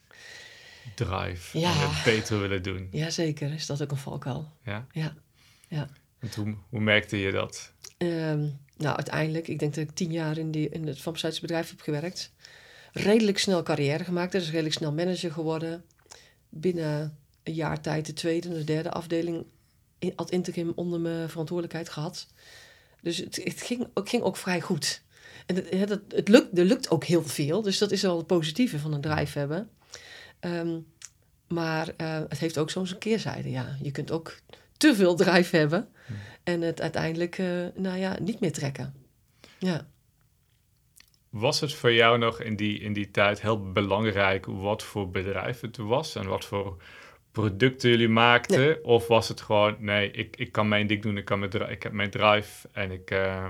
Speaker 1: drive
Speaker 2: ja.
Speaker 1: en het beter willen doen?
Speaker 2: Jazeker, is dat ook een valkuil.
Speaker 1: Ja?
Speaker 2: Ja. ja.
Speaker 1: En toen, hoe merkte je dat?
Speaker 2: Um, nou, uiteindelijk, ik denk dat ik tien jaar in, die, in het farmaceutisch bedrijf heb gewerkt. Redelijk snel carrière gemaakt, dus redelijk snel manager geworden. Binnen een jaar tijd de tweede en de derde afdeling in, ad interim onder mijn verantwoordelijkheid gehad. Dus het, het, ging, het ging ook vrij goed. En het, het, het lukt, er lukt ook heel veel, dus dat is wel het positieve van een drive hebben. Um, maar uh, het heeft ook zo'n keerzijde, ja. Je kunt ook te veel drive hebben hmm. en het uiteindelijk uh, nou ja, niet meer trekken. Ja.
Speaker 1: Was het voor jou nog in die, in die tijd heel belangrijk wat voor bedrijf het was en wat voor producten jullie maakten? Nee. Of was het gewoon, nee, ik, ik kan mijn ding doen, ik, kan mijn, ik heb mijn drive en ik... Uh...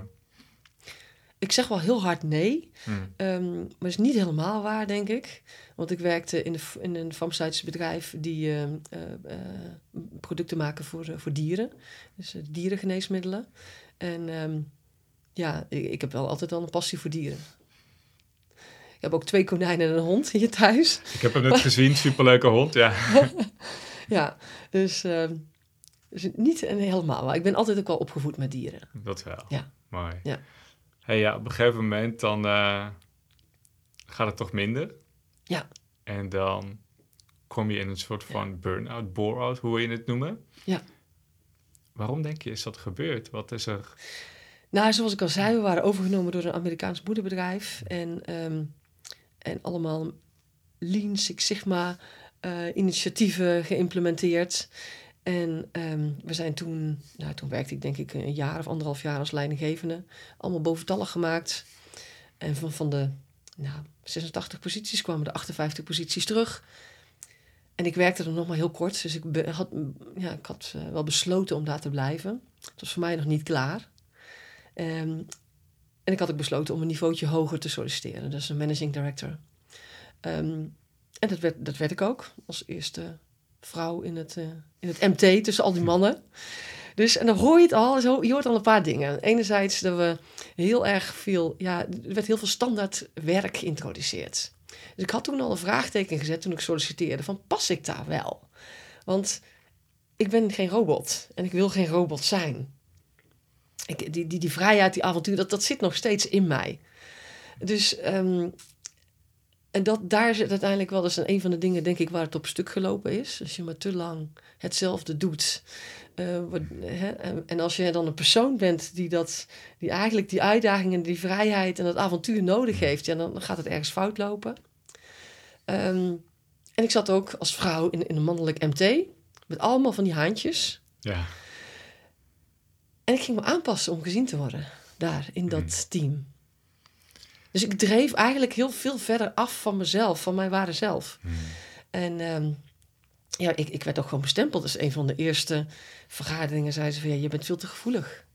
Speaker 2: Ik zeg wel heel hard nee, hmm. um, maar dat is niet helemaal waar, denk ik. Want ik werkte in, de, in een farmaceutisch bedrijf die uh, uh, uh, producten maken voor, uh, voor dieren. Dus uh, dierengeneesmiddelen. En um, ja, ik, ik heb wel altijd al een passie voor dieren. Ik heb ook twee konijnen en een hond hier thuis.
Speaker 1: Ik heb hem net gezien, superleuke hond, ja.
Speaker 2: ja, dus, uh, dus niet helemaal. Maar ik ben altijd ook wel opgevoed met dieren.
Speaker 1: Dat wel,
Speaker 2: ja.
Speaker 1: Mooi.
Speaker 2: Ja.
Speaker 1: Hey, ja, op een gegeven moment dan uh, gaat het toch minder.
Speaker 2: Ja.
Speaker 1: En dan kom je in een soort van ja. burn-out, bore-out, hoe wil je het noemen?
Speaker 2: Ja.
Speaker 1: Waarom denk je is dat gebeurd? Wat is er...
Speaker 2: Nou, zoals ik al zei, we waren overgenomen door een Amerikaans moederbedrijf. En, um, en allemaal Lean Six Sigma uh, initiatieven geïmplementeerd. En um, we zijn toen, nou toen werkte ik denk ik een jaar of anderhalf jaar als leidinggevende. Allemaal boventallig gemaakt. En van, van de nou, zesentachtig posities kwamen er achtenvijftig posities terug. En ik werkte er nog maar heel kort. Dus ik be, had, ja, ik had uh, wel besloten om daar te blijven. Het was voor mij nog niet klaar. Um, en ik had ook besloten om een niveautje hoger te solliciteren. Dus een managing director. Um, en dat werd, dat werd ik ook. Als eerste vrouw in het, uh, in het M T tussen al die mannen. Dus, en dan hoor je het al. Zo, je hoort al een paar dingen. Enerzijds dat we heel erg veel... Ja, er werd heel veel standaard werk geïntroduceerd. Dus ik had toen al een vraagteken gezet toen ik solliciteerde. Van, pas ik daar wel? Want ik ben geen robot. En ik wil geen robot zijn. Ik, die, die, die vrijheid, die avontuur, dat, dat zit nog steeds in mij. Dus, um, en dat, daar zit uiteindelijk wel, dat is een van de dingen, denk ik, waar het op stuk gelopen is. Als je maar te lang hetzelfde doet. Uh, wat, hè, en als je dan een persoon bent die, dat, die eigenlijk die uitdagingen, die vrijheid en dat avontuur nodig heeft, ja, dan gaat het ergens fout lopen. Um, en ik zat ook als vrouw in, in een mannelijk M T, met allemaal van die haantjes.
Speaker 1: Ja.
Speaker 2: En ik ging me aanpassen om gezien te worden, daar, in dat mm. team. Dus ik dreef eigenlijk heel veel verder af van mezelf, van mijn ware zelf. Mm. En um, ja, ik, ik werd ook gewoon bestempeld. Dus een van de eerste vergaderingen zei ze van, ja, je bent veel te gevoelig.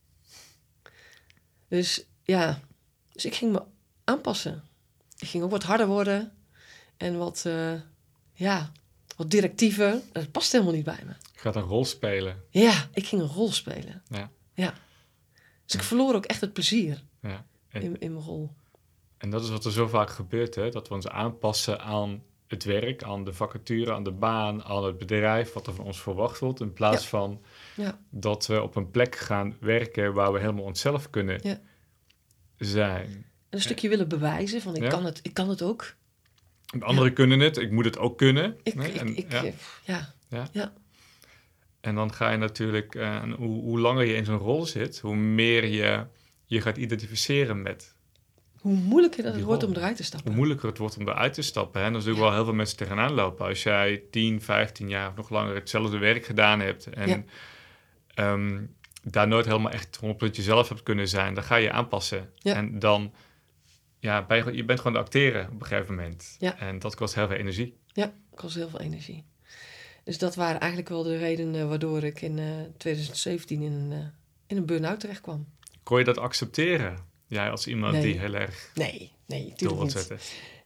Speaker 2: Dus ja, dus ik ging me aanpassen. Ik ging ook wat harder worden en wat, uh, ja, wat directiever. Dat past helemaal niet bij me.
Speaker 1: Je gaat een rol spelen.
Speaker 2: Ja, ik ging een rol spelen.
Speaker 1: Ja.
Speaker 2: Ja. Dus ik verloor ook echt het plezier
Speaker 1: ja. en,
Speaker 2: in, in mijn rol.
Speaker 1: En dat is wat er zo vaak gebeurt, hè? Dat we ons aanpassen aan het werk, aan de vacature, aan de baan, aan het bedrijf, wat er van ons verwacht wordt. In plaats ja. van ja. dat we op een plek gaan werken waar we helemaal onszelf kunnen ja. zijn.
Speaker 2: En een stukje willen bewijzen van ik, ja. kan, het, ik kan het ook.
Speaker 1: Anderen ja. kunnen het, ik moet het ook kunnen.
Speaker 2: Ik,
Speaker 1: nee?
Speaker 2: ik,
Speaker 1: en,
Speaker 2: ik,
Speaker 1: ja.
Speaker 2: Ja. Ja. ja.
Speaker 1: En dan ga je natuurlijk, uh, hoe, hoe langer je in zo'n rol zit, hoe meer je je gaat identificeren met...
Speaker 2: Hoe moeilijker het wordt om eruit te stappen.
Speaker 1: Hoe moeilijker het wordt om eruit te stappen. Hè? En dan zullen ja. wel heel veel mensen tegenaan lopen. Als jij tien, vijftien jaar of nog langer hetzelfde werk gedaan hebt... en ja. um, daar nooit helemaal echt honderd procent jezelf hebt kunnen zijn... dan ga je aanpassen. Ja. En dan... Ja, ben je, je bent gewoon de acteren op een gegeven moment. Ja. En dat kost heel veel energie.
Speaker 2: Ja, kost heel veel energie. Dus dat waren eigenlijk wel de redenen waardoor ik in uh, twintig zeventien in een, uh, in een burn-out terecht kwam.
Speaker 1: Kon je dat accepteren? Jij als iemand
Speaker 2: nee.
Speaker 1: die heel erg
Speaker 2: nee, nee,
Speaker 1: door
Speaker 2: niet.
Speaker 1: zetten.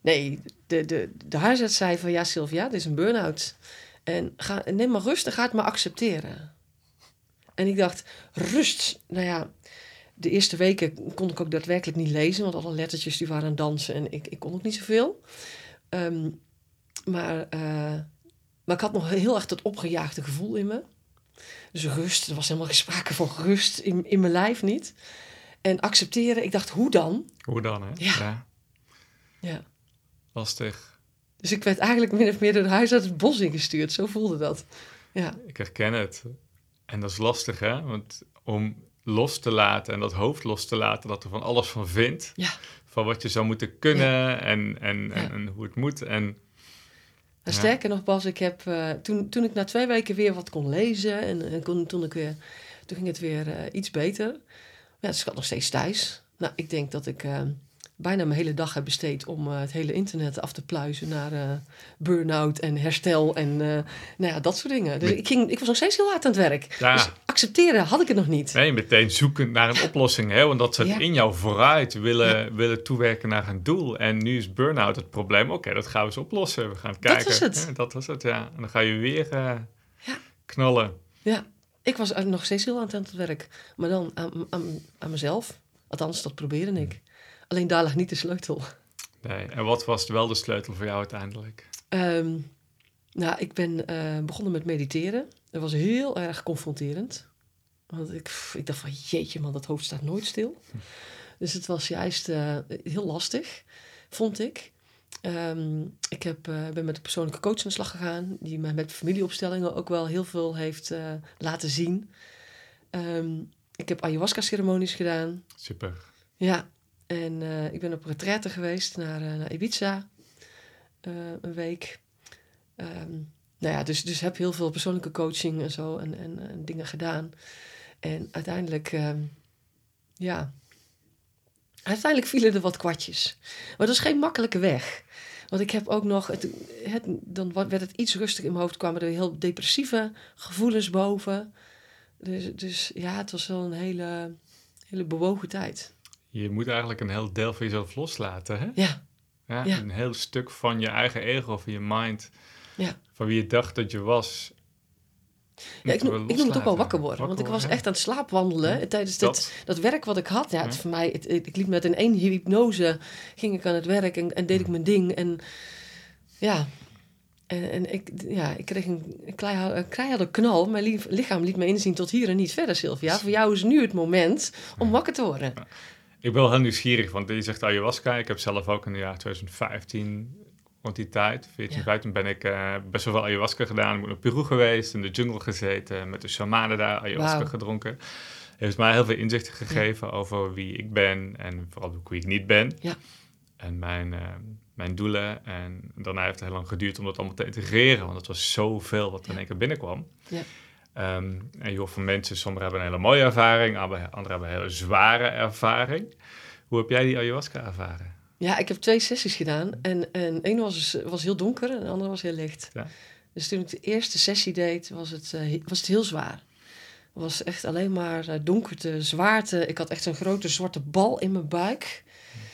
Speaker 2: Nee, de, de, de huisarts zei van... Ja, Sylvia, dit is een burn-out. En ga, neem maar rust en ga het maar accepteren. En ik dacht, rust. Nou ja, de eerste weken kon ik ook daadwerkelijk niet lezen... want alle lettertjes die waren aan het dansen... en ik, ik kon ook niet zoveel. Um, maar, uh, maar ik had nog heel erg dat opgejaagde gevoel in me. Dus rust, er was helemaal geen sprake van rust in, in mijn lijf niet. En accepteren, ik dacht, hoe dan?
Speaker 1: Hoe dan, hè?
Speaker 2: Ja.
Speaker 1: ja.
Speaker 2: ja.
Speaker 1: Lastig.
Speaker 2: Dus ik werd eigenlijk min of meer door de huisarts het bos ingestuurd. Zo voelde dat. Ja.
Speaker 1: Ik herken het. En dat is lastig, hè? Want om los te laten en dat hoofd los te laten... dat er van alles van vindt.
Speaker 2: Ja.
Speaker 1: Van wat je zou moeten kunnen ja. en, en,
Speaker 2: ja.
Speaker 1: en, en hoe het moet. En,
Speaker 2: ja. Sterker nog, Bas, ik heb, uh, toen, toen ik na twee weken weer wat kon lezen... en, en kon, toen, ik weer, toen ging het weer uh, iets beter. Ja, dus ik had nog steeds thuis. Nou, ik denk dat ik... Uh, bijna mijn hele dag heb besteed om uh, het hele internet af te pluizen naar uh, burn-out en herstel en uh, nou ja, dat soort dingen. Dus ik, ging, ik was nog steeds heel hard aan het werk. Ja. Dus accepteren had ik het nog niet.
Speaker 1: Nee, meteen zoeken naar een oplossing. Hè? Want dat ze ja. in jou vooruit willen, ja. willen toewerken naar een doel. En nu is burn-out het probleem. Oké, okay, dat gaan we eens oplossen. We gaan kijken.
Speaker 2: Dat was het.
Speaker 1: Ja, dat was het, ja. En dan ga je weer uh, ja. knallen.
Speaker 2: Ja, ik was nog steeds heel hard aan het werk. Maar dan aan, aan, aan mezelf. Althans, dat probeerde ik. Alleen daar lag niet de sleutel.
Speaker 1: Nee. En wat was wel de sleutel voor jou uiteindelijk?
Speaker 2: Um, nou, ik ben uh, begonnen met mediteren. Dat was heel erg confronterend. Want ik, pff, ik dacht van, jeetje man, dat hoofd staat nooit stil. Hm. Dus het was juist uh, heel lastig, vond ik. Um, ik heb, uh, ben met een persoonlijke coach aan de slag gegaan... die mij met familieopstellingen ook wel heel veel heeft uh, laten zien. Um, ik heb ayahuasca-ceremonies gedaan.
Speaker 1: Super.
Speaker 2: Ja. En uh, ik ben op retraite geweest naar, uh, naar Ibiza. Uh, een week. Um, nou ja, dus, dus heb heel veel persoonlijke coaching en zo en, en, en dingen gedaan. En uiteindelijk, um, ja... Uiteindelijk vielen er wat kwartjes. Maar dat is geen makkelijke weg. Want ik heb ook nog... Het, het, dan werd het iets rustig in mijn hoofd. Kwamen er heel depressieve gevoelens boven. Dus, dus ja, het was wel een hele, hele bewogen tijd.
Speaker 1: Je moet eigenlijk een heel deel van jezelf loslaten, hè?
Speaker 2: Ja.
Speaker 1: ja,
Speaker 2: ja.
Speaker 1: Een heel stuk van je eigen ego, van je mind.
Speaker 2: Ja.
Speaker 1: Van wie je dacht dat je was.
Speaker 2: Ja, ik, noem, ik noem het ook wel wakker worden. Wakker want ik was
Speaker 1: ja.
Speaker 2: echt aan het slaapwandelen ja. tijdens dat. Dit, dat werk wat ik had. Ja, het,
Speaker 1: ja.
Speaker 2: voor mij, het, ik liep met in één hypnose, ging ik aan het werk en, en deed ik mijn ding. En ja, en, en ik, ja, ik kreeg een, een keiharde knal. Mijn lichaam liet me inzien tot hier en niet verder, Sylvia. Voor jou is nu het moment om wakker te worden.
Speaker 1: Ja. Ik ben wel heel nieuwsgierig, want je zegt ayahuasca. Ik heb zelf ook in het jaar twintig vijftien, rond die tijd, veertien, ja. vijftien, ben ik uh, best wel veel ayahuasca gedaan. Ik ben naar Peru geweest, in de jungle gezeten, met de shamanen daar, ayahuasca wow. gedronken. Heeft mij heel veel inzichten gegeven ja. over wie ik ben en vooral wie ik niet ben.
Speaker 2: Ja.
Speaker 1: En mijn, uh, mijn doelen. En daarna heeft het heel lang geduurd om dat allemaal te integreren, want het was zoveel wat er in één keer binnenkwam.
Speaker 2: Ja.
Speaker 1: Um, en je hoort van mensen, sommigen hebben een hele mooie ervaring, anderen hebben een hele zware ervaring. Hoe heb jij die ayahuasca ervaren?
Speaker 2: Ja, ik heb twee sessies gedaan. En, en één was, was heel donker en de andere was heel licht.
Speaker 1: Ja.
Speaker 2: Dus toen ik de eerste sessie deed, was het, uh, was het heel zwaar. Het was echt alleen maar uh, donkerte, zwaarte. Ik had echt zo'n grote zwarte bal in mijn buik.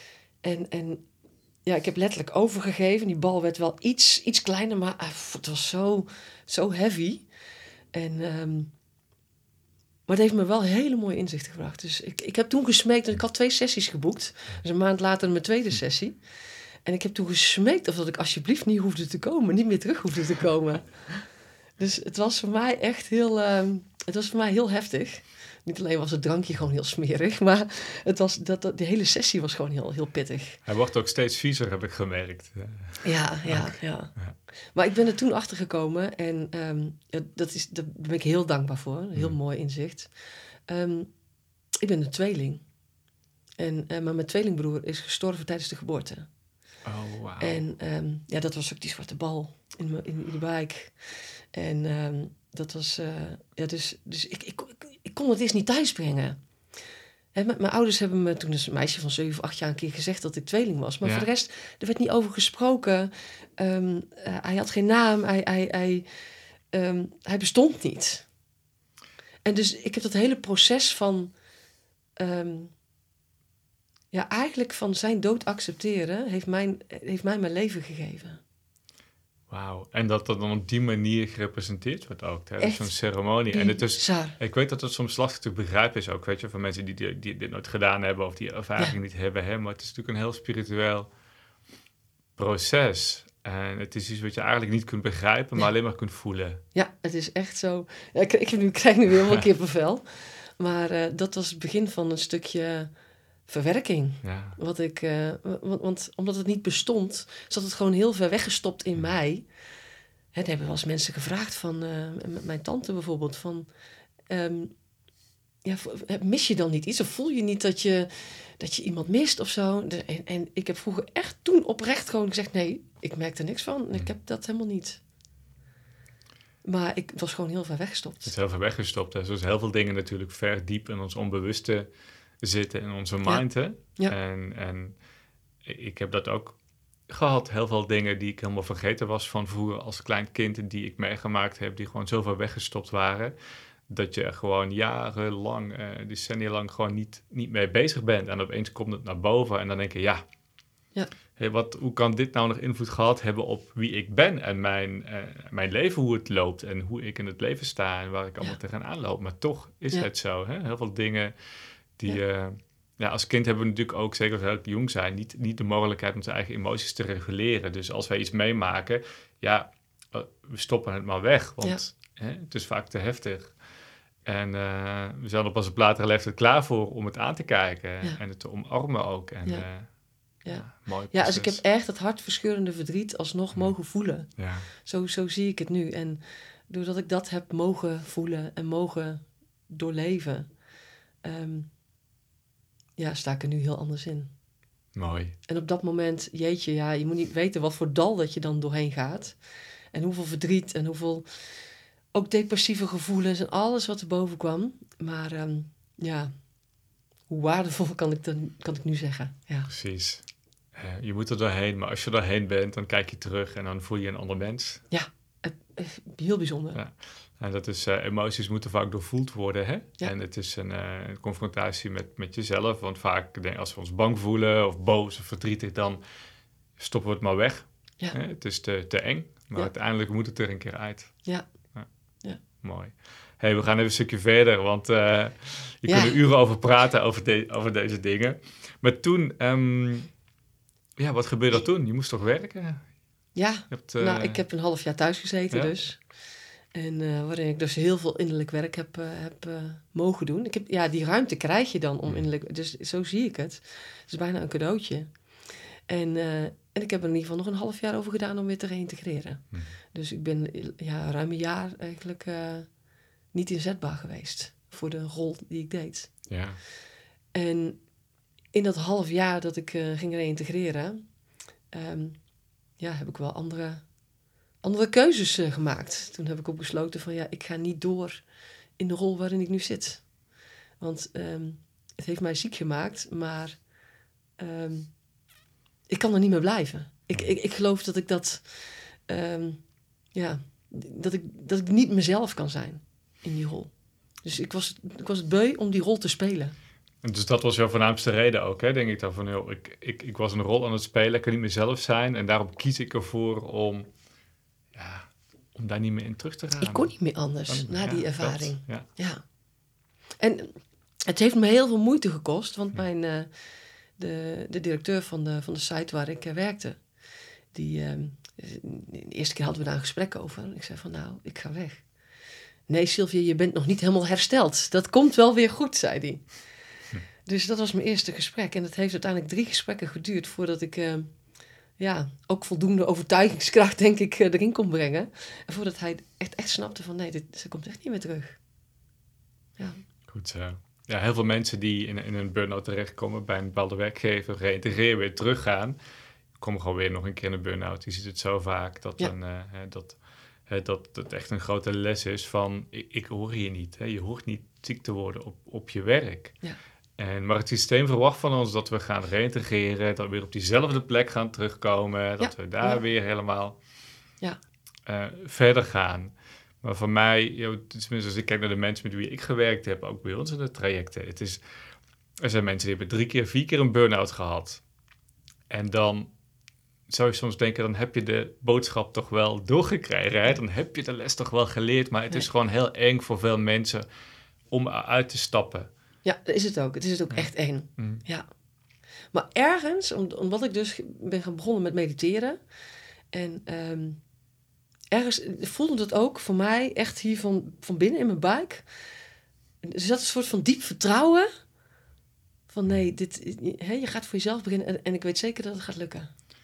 Speaker 2: En, en ja, ik heb letterlijk overgegeven. Die bal werd wel iets, iets kleiner, maar uh, het was zo, zo heavy. En, um, maar het heeft me wel hele mooie inzichten gebracht. Dus ik, ik heb toen gesmeekt, en ik had twee sessies geboekt. Dus een maand later mijn tweede sessie. En ik heb toen gesmeekt of dat ik alsjeblieft niet hoefde te komen. Niet meer terug hoefde te komen. Dus het was voor mij echt heel, um, het was voor mij heel heftig. Niet alleen was het drankje gewoon heel smerig, maar het was, dat, dat, de hele sessie was gewoon heel, heel pittig.
Speaker 1: Hij wordt ook steeds viezer, heb ik gemerkt.
Speaker 2: Ja, ja, okay. ja. ja. Maar ik ben er toen achter gekomen en um, dat is, daar ben ik heel dankbaar voor. Een heel mm. mooi inzicht. Um, ik ben een tweeling. En, uh, maar mijn tweelingbroer is gestorven tijdens de geboorte.
Speaker 1: Oh, wow.
Speaker 2: En um, ja, dat was ook die zwarte bal in, me, in, in de buik. En um, dat was... Uh, ja, dus dus ik, ik, ik, ik kon het eerst niet thuis brengen. He, mijn ouders hebben me toen als een meisje van zeven of acht jaar een keer gezegd dat ik tweeling was. Maar ja. voor de rest, er werd niet over gesproken. Um, uh, hij had geen naam. Hij, hij, hij, um, hij bestond niet. En dus ik heb dat hele proces van... Um, ja, eigenlijk van zijn dood accepteren heeft, mijn, heeft mij mijn leven gegeven.
Speaker 1: Wauw. En dat dat dan op die manier gerepresenteerd wordt ook tijdens zo'n ceremonie. En het is,
Speaker 2: Bizar.
Speaker 1: ik weet dat het soms lastig te begrijpen is ook, weet je, van mensen die, die, die dit nooit gedaan hebben of die ervaring
Speaker 2: Ja.
Speaker 1: niet hebben. Hè? Maar het is natuurlijk een heel spiritueel proces. En het is iets wat je eigenlijk niet kunt begrijpen, maar
Speaker 2: Ja.
Speaker 1: alleen maar kunt voelen.
Speaker 2: Ja, het is echt zo. Ja, ik, ik, heb nu, ik krijg nu weer helemaal kippenvel. Maar uh, dat was het begin van een stukje verwerking.
Speaker 1: Ja.
Speaker 2: Wat ik, uh, want, want omdat het niet bestond, zat het gewoon heel ver weggestopt in mij. Hè, er hebben wel eens mensen gevraagd van, uh, m- mijn tante bijvoorbeeld, van, um, ja, mis je dan niet iets? Of voel je niet dat je, dat je iemand mist of zo? De, en, en ik heb vroeger echt toen oprecht gewoon gezegd, nee, ik merk er niks van. Ik heb dat helemaal niet. Maar ik was gewoon heel ver weggestopt.
Speaker 1: Het is heel ver weggestopt. Hè? Zoals heel veel dingen natuurlijk ver diep in ons onbewuste zitten, in onze mind.
Speaker 2: Ja.
Speaker 1: Hè?
Speaker 2: Ja.
Speaker 1: En, en ik heb dat ook gehad. Heel veel dingen die ik helemaal vergeten was van vroeger als klein kind, en die ik meegemaakt heb, die gewoon zo ver weggestopt waren, dat je er gewoon jarenlang, uh, decennia lang gewoon niet, niet mee bezig bent. En opeens komt het naar boven en dan denk je, ja,
Speaker 2: ja.
Speaker 1: Hey, wat, hoe kan dit nou nog invloed gehad hebben op wie ik ben en mijn, uh, mijn leven, hoe het loopt en hoe ik in het leven sta en waar ik allemaal ja. tegenaan loop. Maar toch is ja. het zo. Hè? Heel veel dingen die... Ja. Uh, ja, als kind hebben we natuurlijk ook, zeker als we heel jong zijn, niet, niet de mogelijkheid om onze eigen emoties te reguleren. Dus als wij iets meemaken, ja, uh, we stoppen het maar weg, want ja. hè, het is vaak te heftig. En uh, we zijn op onze latere leeftijd klaar voor om het aan te kijken ja. en het te omarmen ook. En,
Speaker 2: ja.
Speaker 1: uh,
Speaker 2: Ja.
Speaker 1: Ja, mooi
Speaker 2: ja, dus ik heb echt het hartverscheurende verdriet alsnog mogen voelen.
Speaker 1: Ja.
Speaker 2: Zo, zo zie ik het nu. En doordat ik dat heb mogen voelen en mogen doorleven, um, ja, sta ik er nu heel anders in.
Speaker 1: Mooi.
Speaker 2: En op dat moment, jeetje, ja, je moet niet weten wat voor dal dat je dan doorheen gaat. En hoeveel verdriet en hoeveel ook depressieve gevoelens en alles wat er boven kwam. Maar um, ja, hoe waardevol kan ik, dan, kan ik nu zeggen. Ja.
Speaker 1: Precies. Uh, je moet er doorheen, maar als je er doorheen bent, dan kijk je terug en dan voel je een ander mens.
Speaker 2: Ja, uh, uh, heel bijzonder.
Speaker 1: Ja. En dat is, uh, emoties moeten vaak doorvoeld worden, hè?
Speaker 2: Ja.
Speaker 1: En het is een, uh, een confrontatie met, met jezelf, want vaak denk, als we ons bang voelen of boos of verdrietig, dan stoppen we het maar weg.
Speaker 2: Ja.
Speaker 1: Hè? Het is te, te eng, maar ja. uiteindelijk moet het er een keer uit.
Speaker 2: Ja.
Speaker 1: Ja.
Speaker 2: Ja.
Speaker 1: Mooi. Hey, we gaan even een stukje verder, want uh, je
Speaker 2: ja.
Speaker 1: kunt er uren over praten over, de, over deze dingen. Maar toen, um, ja, wat gebeurde er toen? Je moest toch werken?
Speaker 2: Ja, hebt, uh, nou, ik heb een half jaar thuis gezeten ja? dus. En uh, waarin ik dus heel veel innerlijk werk heb, uh, heb uh, mogen doen. Ik heb, ja, die ruimte krijg je dan om innerlijk... Dus zo zie ik het. Het is bijna een cadeautje. En, uh, en ik heb er in ieder geval nog een half jaar over gedaan om weer te reïntegreren. Hmm. Dus ik ben ja, ruim een jaar eigenlijk uh, niet inzetbaar geweest voor de rol die ik deed.
Speaker 1: Ja.
Speaker 2: En in dat half jaar dat ik uh, ging reïntegreren... Um, ja, heb ik wel andere... andere keuzes uh, gemaakt. Toen heb ik ook besloten van ja, ik ga niet door in de rol waarin ik nu zit. Want um, het heeft mij ziek gemaakt, maar um, ik kan er niet meer blijven. Ik, ik, ik geloof dat ik dat, um, ja, dat ik, dat ik niet mezelf kan zijn in die rol. Dus ik was, ik was het beu om die rol te spelen.
Speaker 1: En dus dat was jouw voornaamste reden ook, hè? Denk ik dan van, joh, ik, ik, ik was een rol aan het spelen, ik kan niet mezelf zijn en daarom kies ik ervoor om... Ja, om daar niet meer in terug te gaan.
Speaker 2: Ik kon niet meer anders dan, na
Speaker 1: ja,
Speaker 2: die ervaring.
Speaker 1: Dat, ja.
Speaker 2: ja. En het heeft me heel veel moeite gekost, want ja. mijn, uh, de, de directeur van de, van de site waar ik uh, werkte, die, uh, de eerste keer hadden we daar een gesprek over. En ik zei van nou, ik ga weg. Nee, Sylvia, je bent nog niet helemaal hersteld. Dat komt wel weer goed, zei hij. Hm. Dus dat was mijn eerste gesprek. En het heeft uiteindelijk drie gesprekken geduurd voordat ik... Uh, ja, ook voldoende overtuigingskracht, denk ik, erin kon brengen. En voordat hij echt, echt snapte van, nee, dit, ze komt echt niet meer terug. Ja.
Speaker 1: Goed zo. Ja, heel veel mensen die in, in een burn-out terechtkomen bij een bepaalde werkgever, reïntegreren, weer teruggaan, komen gewoon weer nog een keer in een burn-out. Je ziet het zo vaak dat, ja. een, uh, dat, uh, dat het echt een grote les is van, ik, ik hoor hier niet. Hè. Je hoort niet ziek te worden op, op je werk.
Speaker 2: Ja.
Speaker 1: En, maar het systeem verwacht van ons dat we gaan reïntegreren, dat we weer op diezelfde plek gaan terugkomen, dat ja, we daar ja. weer helemaal
Speaker 2: ja.
Speaker 1: uh, verder gaan. Maar voor mij, tenminste als ik kijk naar de mensen met wie ik gewerkt heb, ook bij ons in de trajecten, het is, Er zijn mensen die hebben drie keer, vier keer een burn-out gehad. En dan zou je soms denken, dan heb je de boodschap toch wel doorgekregen. Hè? Dan heb je de les toch wel geleerd. Maar het is gewoon heel eng voor veel mensen om eruit te stappen.
Speaker 2: Ja, dat is het ook. Het is het ook ja. echt eng. Mm. Ja. Maar ergens, om, omdat ik dus ben gaan begonnen met mediteren. En um, ergens voelde het ook voor mij echt hier van, van binnen in mijn buik. Er zat een soort van diep vertrouwen. Van nee, dit, he, je gaat voor jezelf beginnen. En, en ik weet zeker dat het gaat lukken.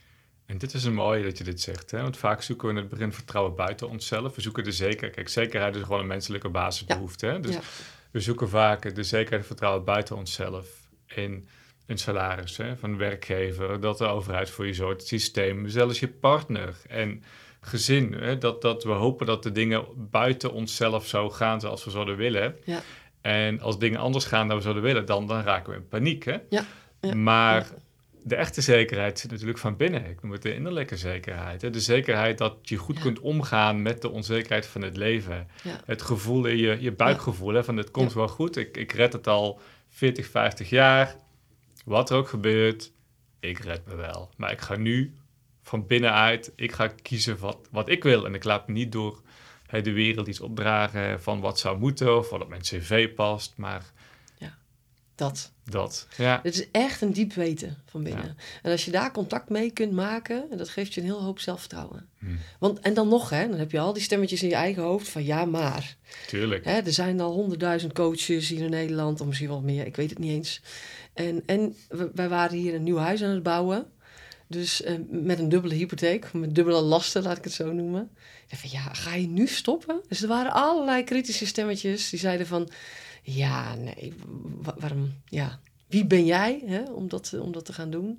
Speaker 1: En dit is een mooie dat je dit zegt. Hè? Want vaak zoeken we in het begin vertrouwen buiten onszelf. We zoeken de zekerheid. Kijk, zekerheid is gewoon een menselijke basisbehoefte. Ja. Hè? Dus ja. we zoeken vaak de zekerheid en vertrouwen buiten onszelf. In een salaris, hè? Van een werkgever. Dat de overheid voor je zorgt. Het systeem. Zelfs je partner. En gezin. Hè? Dat, dat we hopen dat de dingen buiten onszelf zo gaan zoals we zouden willen. Ja. En als dingen anders gaan dan we zouden willen, dan, dan raken we in paniek. Hè? Ja. Ja. Maar ja. de echte zekerheid zit natuurlijk van binnen. Ik noem het de innerlijke zekerheid. Hè? De zekerheid dat je goed ja. kunt omgaan met de onzekerheid van het leven. Ja. Het gevoel in je, je buikgevoel. Ja. Hè? Van het komt ja. wel goed. Ik, ik red het al veertig, vijftig jaar. Wat er ook gebeurt, ik red me wel. Maar ik ga nu van binnenuit, ik ga kiezen wat, wat ik wil. En ik laat me niet door he, de wereld iets opdragen van wat zou moeten of wat op mijn cv past. Maar
Speaker 2: ja, dat.
Speaker 1: Dat, ja.
Speaker 2: Het is echt een diep weten van binnen. Ja. En als je daar contact mee kunt maken, dat geeft je een heel hoop zelfvertrouwen. Hmm. Want, en dan nog, hè, dan heb je al die stemmetjes in je eigen hoofd van ja, maar.
Speaker 1: Tuurlijk.
Speaker 2: Hè, er zijn al honderdduizend coaches hier in Nederland, of misschien wel meer, ik weet het niet eens. En, en wij waren hier een nieuw huis aan het bouwen. Dus uh, met een dubbele hypotheek, met dubbele lasten, laat ik het zo noemen. Ik dacht van, ja, ga je nu stoppen? Dus er waren allerlei kritische stemmetjes die zeiden van, ja, nee, wa- waarom, ja, wie ben jij hè, om, dat, om dat te gaan doen?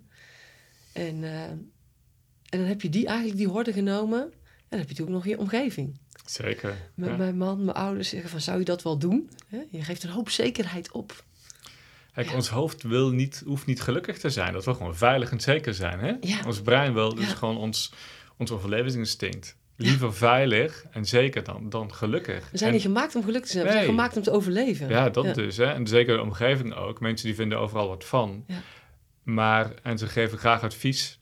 Speaker 2: En, uh, en dan heb je die eigenlijk die horde genomen en dan heb je natuurlijk nog je omgeving.
Speaker 1: Zeker.
Speaker 2: Met
Speaker 1: ja.
Speaker 2: mijn man, mijn ouders zeggen van, zou je dat wel doen? Hè? Je geeft een hoop zekerheid op.
Speaker 1: Kijk, ja. ons hoofd wil niet, hoeft niet gelukkig te zijn. Dat wil gewoon veilig en zeker zijn. Hè? Ja. Ons brein wil dus ja. gewoon ons, ons overlevingsinstinct. Liever ja. veilig en zeker dan, dan gelukkig.
Speaker 2: We zijn
Speaker 1: en,
Speaker 2: niet gemaakt om gelukkig te zijn. We
Speaker 1: nee.
Speaker 2: zijn gemaakt om te overleven.
Speaker 1: Ja, dat ja. dus. Hè? En zeker de omgeving ook. Mensen die vinden overal wat van. Ja. Maar, en ze geven graag advies.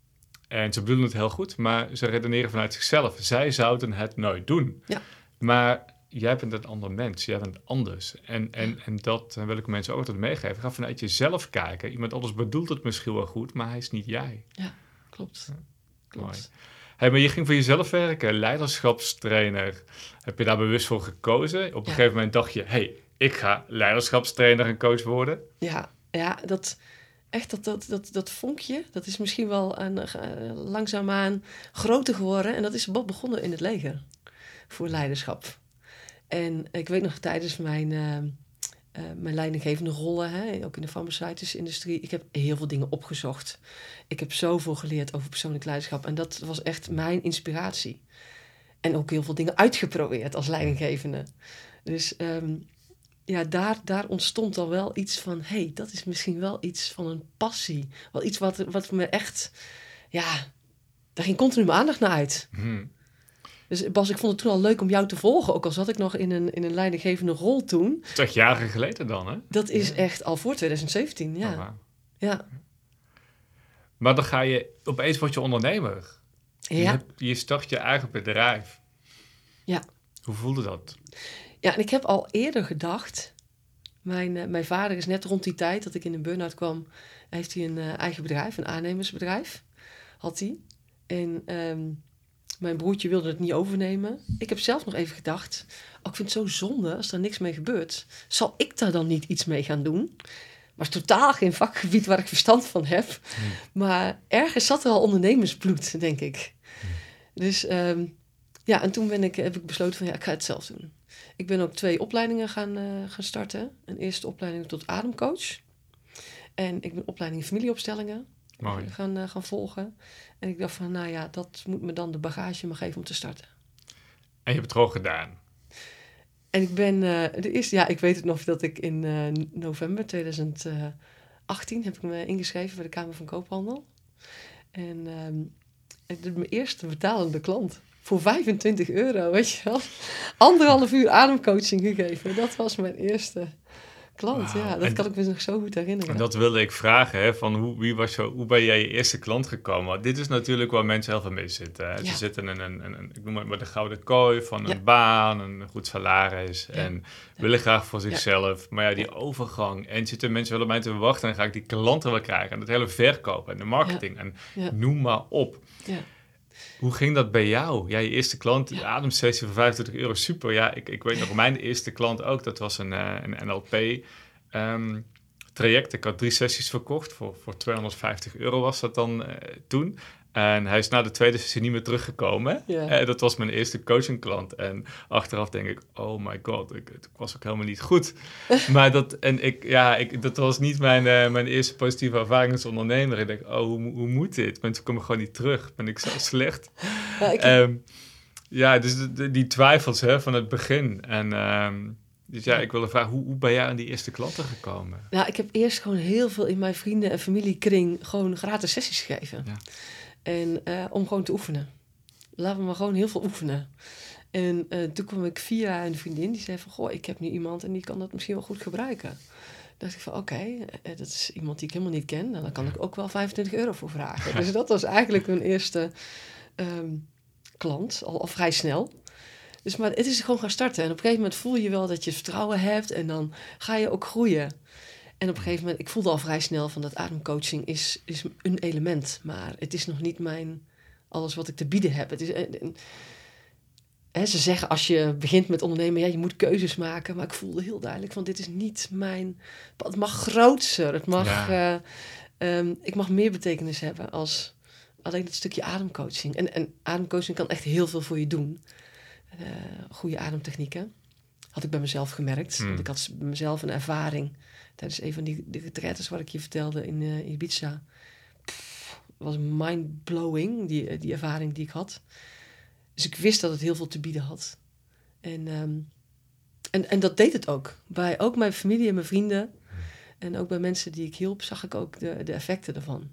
Speaker 1: En ze bedoelen het heel goed. Maar ze redeneren vanuit zichzelf. Zij zouden het nooit doen. Ja. Maar jij bent een ander mens, jij bent anders. En, en, en dat wil ik mensen ook altijd meegeven. Ga vanuit jezelf kijken. Iemand anders bedoelt het misschien wel goed, maar hij is niet jij.
Speaker 2: Ja, klopt. Ja, klopt.
Speaker 1: Mooi. Hey, maar je ging voor jezelf werken, leiderschapstrainer. Heb je daar bewust voor gekozen? Op een ja. gegeven moment dacht je, hey, ik ga leiderschapstrainer en coach worden.
Speaker 2: Ja, ja dat, echt dat, dat, dat, dat vonkje, dat is misschien wel een, uh, langzaamaan groter geworden. En dat is begonnen in het leger, voor leiderschap. En ik weet nog tijdens mijn, uh, uh, mijn leidinggevende rollen, hè, ook in de farmaceutische industrie, ik heb heel veel dingen opgezocht. Ik heb zoveel geleerd over persoonlijk leiderschap en dat was echt mijn inspiratie. En ook heel veel dingen uitgeprobeerd als leidinggevende. Dus um, ja, daar, daar ontstond dan wel iets van, hé, hey, dat is misschien wel iets van een passie. Wel iets wat, wat me echt, ja, daar ging continu mijn aandacht naar uit. Hmm. Dus Bas, ik vond het toen al leuk om jou te volgen. Ook al zat ik nog in een, in een leidinggevende rol toen.
Speaker 1: Toch jaren geleden dan, hè?
Speaker 2: Dat is ja. echt al voor twintig zeventien, ja. Oh, wow. Ja.
Speaker 1: Maar dan ga je, opeens word je ondernemer. Ja. Je, hebt, je start je eigen bedrijf.
Speaker 2: Ja.
Speaker 1: Hoe voelde dat?
Speaker 2: Ja, en ik heb al eerder gedacht. Mijn, uh, mijn vader is net rond die tijd dat ik in een burn-out kwam, heeft hij een uh, eigen bedrijf, een aannemersbedrijf. Had hij. En Um, mijn broertje wilde het niet overnemen. Ik heb zelf nog even gedacht, oh, ik vind het zo zonde als er niks mee gebeurt. Zal ik daar dan niet iets mee gaan doen? Maar het is totaal geen vakgebied waar ik verstand van heb. Hmm. Maar ergens zat er al ondernemersbloed, denk ik. Hmm. Dus um, ja, en toen ben ik, heb ik besloten van ja, ik ga het zelf doen. Ik ben ook twee opleidingen gaan, uh, gaan starten. Een eerste opleiding tot ademcoach. En ik ben opleiding familieopstellingen.
Speaker 1: Mooi.
Speaker 2: Gaan, uh, gaan volgen. En ik dacht van, nou ja, dat moet me dan de bagage maar geven om te starten.
Speaker 1: En je hebt het gewoon gedaan?
Speaker 2: En ik ben, uh, de eerste, ja, ik weet het nog dat ik in uh, november twintig achttien heb ik me ingeschreven bij de Kamer van Koophandel. En um, ik deed mijn eerste betalende klant. Voor vijfentwintig euro, weet je wel. Anderhalf uur ademcoaching gegeven. Dat was mijn eerste klant,
Speaker 1: Wauw.
Speaker 2: ja. Dat
Speaker 1: En
Speaker 2: kan ik me nog zo goed herinneren.
Speaker 1: En dat wilde ik vragen, hè, van hoe, wie was zo, hoe ben jij je eerste klant gekomen? Want dit is natuurlijk waar mensen heel veel mee zitten. Hè.
Speaker 2: Ja.
Speaker 1: Ze zitten in een, een, een, ik noem het maar de gouden kooi van een
Speaker 2: Ja.
Speaker 1: baan, een goed salaris
Speaker 2: Ja.
Speaker 1: en
Speaker 2: Ja.
Speaker 1: willen graag voor
Speaker 2: Ja.
Speaker 1: zichzelf. Maar ja, die
Speaker 2: Ja.
Speaker 1: overgang en zitten mensen wel op mij te wachten en dan ga ik die klanten wel krijgen en het hele verkoop en de marketing en
Speaker 2: Ja.
Speaker 1: noem maar op.
Speaker 2: Ja.
Speaker 1: Hoe ging dat bij jou? Ja, je eerste klant, de
Speaker 2: Ja.
Speaker 1: ademsessie voor vijfentwintig euro, super. Ja, ik, ik weet nog, mijn eerste klant ook, dat was een, uh, een N L P um, traject. Ik had drie sessies verkocht, voor, voor tweehonderdvijftig euro was dat dan uh, toen. En hij is na de tweede sessie niet meer teruggekomen.
Speaker 2: Ja.
Speaker 1: Uh, dat was mijn eerste coachingklant. En achteraf denk ik, oh my god, ik, ik was ook helemaal niet goed. maar dat, en ik, ja, ik, dat was niet mijn, uh, mijn eerste positieve ervaring als ondernemer. Ik denk, oh, hoe, hoe moet dit? Mensen komen gewoon niet terug. Ben ik zo slecht?
Speaker 2: Ja, ik...
Speaker 1: um, ja, dus de, de, die twijfels hè, van het begin. En... Um, Dus ja, ik wilde vragen, hoe, hoe ben jij aan die eerste klanten gekomen?
Speaker 2: Nou, ik heb eerst gewoon heel veel in mijn vrienden- en familiekring gewoon gratis sessies gegeven.
Speaker 1: Ja.
Speaker 2: En uh, om gewoon te oefenen. Laten we maar gewoon heel veel oefenen. En uh, toen kwam ik via een vriendin die zei van... Goh, ik heb nu iemand en die kan dat misschien wel goed gebruiken. Toen dacht ik van, oké, okay, uh, dat is iemand die ik helemaal niet ken. Nou, daar kan ik ook wel vijfentwintig euro voor vragen. Dus dat was eigenlijk mijn eerste um, klant, al, al vrij snel. Dus maar het is gewoon gaan starten. En op een gegeven moment voel je wel dat je vertrouwen hebt. En dan ga je ook groeien. En op een gegeven moment, ik voelde al vrij snel van dat ademcoaching is, is een element. Maar het is nog niet mijn, alles wat ik te bieden heb. Het is, en, hè, ze zeggen als je begint met ondernemen, ja, je moet keuzes maken. Maar ik voelde heel duidelijk van dit is niet mijn... Het mag groter. Het mag, ja. uh, um, ik mag meer betekenis hebben als alleen het stukje ademcoaching. En, en ademcoaching kan echt heel veel voor je doen. Uh, goede ademtechnieken. Had ik bij mezelf gemerkt. Hmm. Want ik had bij mezelf een ervaring tijdens een van die de retretes waar ik je vertelde in uh, Ibiza. Pff, was mind-blowing, die, die ervaring die ik had. Dus ik wist dat het heel veel te bieden had. En, um, en, en dat deed het ook. Bij ook mijn familie en mijn vrienden. En ook bij mensen die ik hielp, zag ik ook de, de effecten ervan.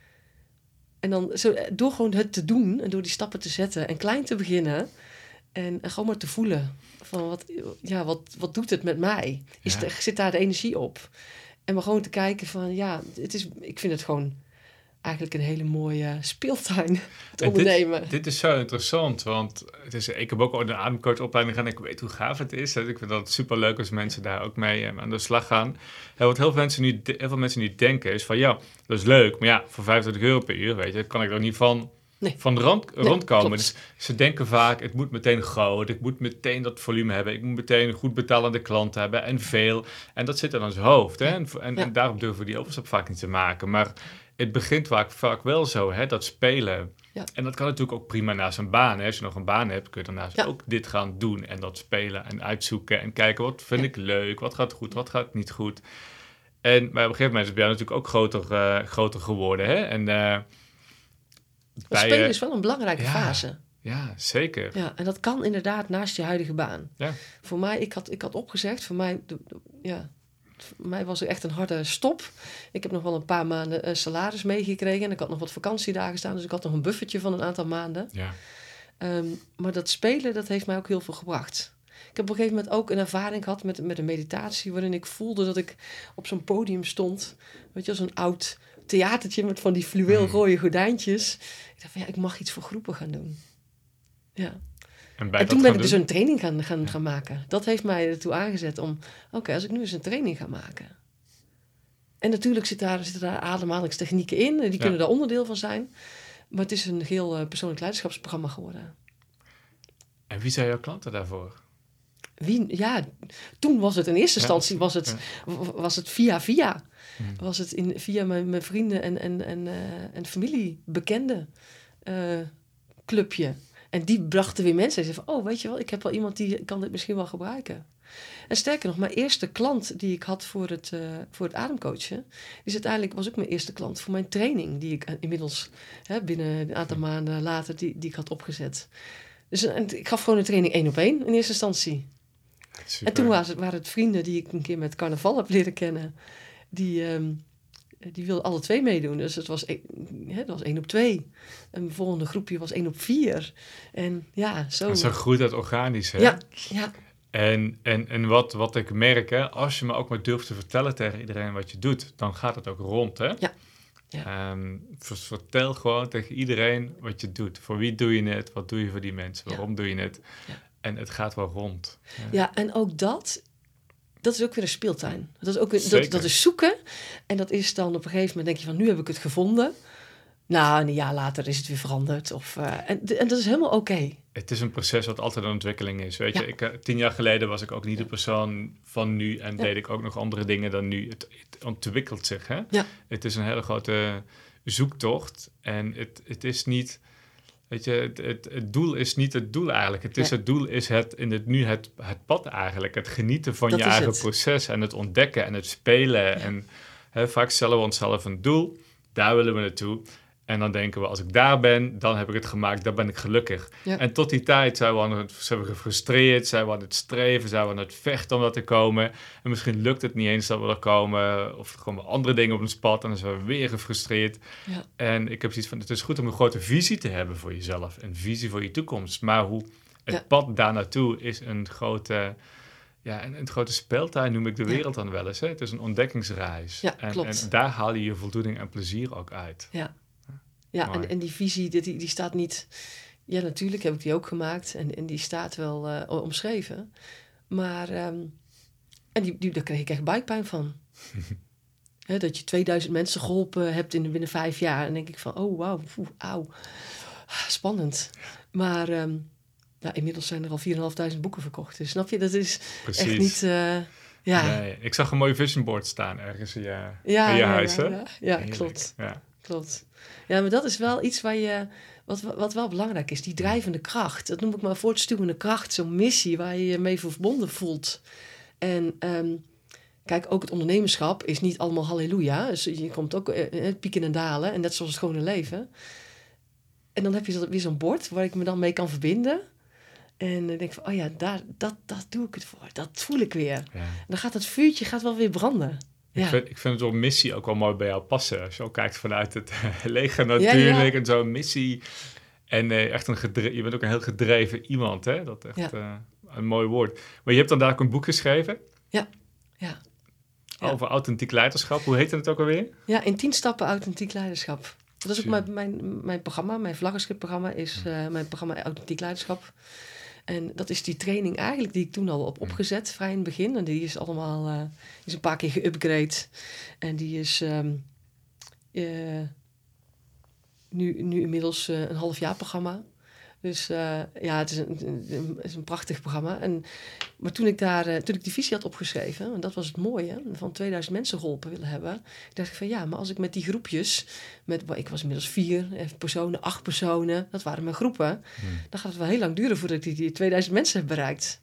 Speaker 2: En dan zo, door gewoon het te doen en door die stappen te zetten en klein te beginnen... En, en gewoon maar te voelen van wat, ja, wat, wat doet het met mij? Is ja. er, zit daar de energie op? En maar gewoon te kijken van ja, het is, ik vind het gewoon eigenlijk een hele mooie speeltuin te en ondernemen.
Speaker 1: Dit, dit is zo interessant, want het is, ik heb ook al een ademcoachopleiding gedaan en ik weet hoe gaaf het is. Ik vind dat super leuk als mensen daar ook mee aan de slag gaan. En wat heel veel mensen nu, heel veel mensen nu denken is van ja, dat is leuk, maar ja, voor vijfentwintig euro per uur, weet je, kan ik er niet van... Nee. van de rand, nee, rondkomen. Dus ze denken vaak, het moet meteen groot, ik moet meteen dat volume hebben, ik moet meteen een goed betalende klant hebben en veel. En dat zit in ons hoofd. Hè? En, en, ja. en daarom durven we die overstap vaak niet te maken. Maar het begint vaak, vaak wel zo, hè? Dat spelen. Ja. En dat kan natuurlijk ook prima naast een baan. Hè? Als je nog een baan hebt, kun je daarnaast ja. ook dit gaan doen. En dat spelen en uitzoeken en kijken, wat vind ja. ik leuk, wat gaat goed, wat gaat niet goed. En maar op een gegeven moment is het bij jou natuurlijk ook groter, uh, groter geworden. Hè? En... Uh,
Speaker 2: Bij, spelen is wel een belangrijke
Speaker 1: ja,
Speaker 2: fase.
Speaker 1: Ja, zeker.
Speaker 2: Ja, en dat kan inderdaad naast je huidige baan.
Speaker 1: Ja.
Speaker 2: Voor mij, ik had, ik had opgezegd, voor mij, de, de, ja, voor mij was er echt een harde stop. Ik heb nog wel een paar maanden uh, salaris meegekregen en ik had nog wat vakantiedagen staan, dus ik had nog een buffertje van een aantal maanden.
Speaker 1: Ja.
Speaker 2: Um, maar dat spelen, dat heeft mij ook heel veel gebracht. Ik heb op een gegeven moment ook een ervaring gehad met, met een meditatie, waarin ik voelde dat ik op zo'n podium stond, weet je, als een oud theatertje met van die fluweelrode gordijntjes. Ik dacht van ja, ik mag iets voor groepen gaan doen. Ja. En, en toen ben ik dus doen? een training gaan, gaan, ja. gaan maken. Dat heeft mij ertoe aangezet om, oké, okay, als ik nu eens een training ga maken. En natuurlijk zit daar, zitten daar ademhalingstechnieken in, die ja. kunnen daar onderdeel van zijn. Maar het is een heel uh, persoonlijk leiderschapsprogramma geworden.
Speaker 1: En wie zijn jouw klanten daarvoor?
Speaker 2: Wie, ja, toen was het in eerste instantie ja, was het, ja. was het via via. Hmm. Was het in, via mijn, mijn vrienden en, en, en, uh, en familie bekende uh, clubje. En die brachten weer mensen. En zeiden van, oh, weet je wel, ik heb wel iemand die kan dit misschien wel gebruiken. En sterker nog, mijn eerste klant die ik had voor het, uh, voor het ademcoachen, die is uiteindelijk, was ook mijn eerste klant voor mijn training, die ik uh, inmiddels hè, binnen een aantal maanden later, die, die ik had opgezet. Dus en, ik gaf gewoon een training één op één in eerste instantie. Super. En toen waren het, waren het vrienden die ik een keer met carnaval heb leren kennen. Die, um, die wilden alle twee meedoen. Dus het was, een, hè, het was één op twee. En mijn volgende groepje was één op vier. En ja, zo...
Speaker 1: En zo groeit dat organisch, hè?
Speaker 2: Ja, ja.
Speaker 1: En, en, en wat, wat ik merk, hè, als je me ook maar durft te vertellen tegen iedereen wat je doet, dan gaat het ook rond, hè?
Speaker 2: Ja. Ja.
Speaker 1: Um, vertel gewoon tegen iedereen wat je doet. Voor wie doe je het? Wat doe je voor die mensen? Waarom ja. doe je het? Ja. En het gaat wel rond.
Speaker 2: Ja, ja en ook dat, dat is ook weer een speeltuin. Dat is ook weer, dat, dat is zoeken. En dat is dan op een gegeven moment denk je van, nu heb ik het gevonden. Nou, een jaar later is het weer veranderd. Of, uh, en, en dat is helemaal oké. Okay.
Speaker 1: Het is een proces wat altijd een ontwikkeling is. Weet ja. je, ik, uh, tien jaar geleden was ik ook niet de persoon van nu en ja. deed ik ook nog andere dingen dan nu. Het, het ontwikkelt zich, hè? Ja. Het is een hele grote zoektocht en het, het is niet, weet je, het, het, het doel is niet het doel eigenlijk. Het is ja. het doel is het in het nu het, het pad eigenlijk. Het genieten van dat je eigen het. proces en het ontdekken en het spelen. Ja. En hè, vaak stellen we onszelf een doel, daar willen we naartoe. En dan denken we, als ik daar ben, dan heb ik het gemaakt, dan ben ik gelukkig. Ja. En tot die tijd zijn we, aan het, zijn we gefrustreerd, zijn we aan het streven, zijn we aan het vechten om dat te komen. En misschien lukt het niet eens dat we er komen, of er komen andere dingen op ons pad en dan zijn we weer gefrustreerd. Ja. En ik heb zoiets van, het is goed om een grote visie te hebben voor jezelf, een visie voor je toekomst. Maar hoe het ja. pad daar naartoe is een grote... Ja, en een grote speeltuin noem ik de wereld ja. dan wel eens. Hè? Het is een ontdekkingsreis.
Speaker 2: Ja,
Speaker 1: en,
Speaker 2: klopt.
Speaker 1: En daar haal je je voldoening en plezier ook uit.
Speaker 2: Ja. Ja, en, en die visie, die, die staat niet... Ja, natuurlijk heb ik die ook gemaakt. En, en die staat wel uh, omschreven. Maar... Um, en die, die, daar kreeg ik echt buikpijn van. He, dat je tweeduizend mensen geholpen hebt in binnen vijf jaar. En dan denk ik van, oh, wauw, auw. Spannend. Maar um, nou, inmiddels zijn er al vier en een half duizend boeken verkocht. Dus snap je, dat is Precies. echt niet... Uh, ja.
Speaker 1: Nee, ik zag een mooi vision board staan ergens in je,
Speaker 2: ja,
Speaker 1: in je
Speaker 2: ja,
Speaker 1: huis,
Speaker 2: ja,
Speaker 1: hè?
Speaker 2: Ja, ja klopt. Ja. Klopt. Ja, maar dat is wel iets waar je, wat, wat wel belangrijk is. Die drijvende kracht. Dat noem ik maar voortstuwende kracht. Zo'n missie waar je je mee verbonden voelt. En um, kijk, ook het ondernemerschap is niet allemaal halleluja. Dus je komt ook uh, pieken en dalen. En net zoals het gewone leven. En dan heb je weer zo'n bord waar ik me dan mee kan verbinden. En dan denk ik van, oh ja, daar, dat, dat doe ik het voor. Dat voel ik weer. Ja. En dan gaat het vuurtje gaat wel weer branden.
Speaker 1: Ik, ja. vind, ik vind het zo'n missie ook wel mooi bij jou passen. Als je ook kijkt vanuit het leger natuurlijk. Ja, ja. En zo'n missie. En uh, echt een gedre- je bent ook een heel gedreven iemand, hè? Dat is echt ja. uh, een mooi woord. Maar je hebt dan daar ook een boek geschreven.
Speaker 2: Ja, ja.
Speaker 1: Over ja. authentiek leiderschap. Hoe heet het ook alweer?
Speaker 2: Ja, in tien stappen authentiek leiderschap. Dat is ook mijn, mijn, mijn programma. Mijn vlaggenschip-programma is uh, mijn programma Authentiek Leiderschap. En dat is die training eigenlijk die ik toen al op opgezet, vrij in het begin. En die is allemaal uh, die is een paar keer geüpgrade. En die is um, uh, nu, nu inmiddels uh, een half jaar programma. Dus uh, ja, het is een, een, het is een prachtig programma. En, maar toen ik, daar, uh, toen ik die visie had opgeschreven, en dat was het mooie, van tweeduizend mensen geholpen willen hebben, dacht ik van ja, maar als ik met die groepjes, met, ik was inmiddels vier personen, acht personen, dat waren mijn groepen, hmm. dan gaat het wel heel lang duren voordat ik die, die tweeduizend mensen heb bereikt.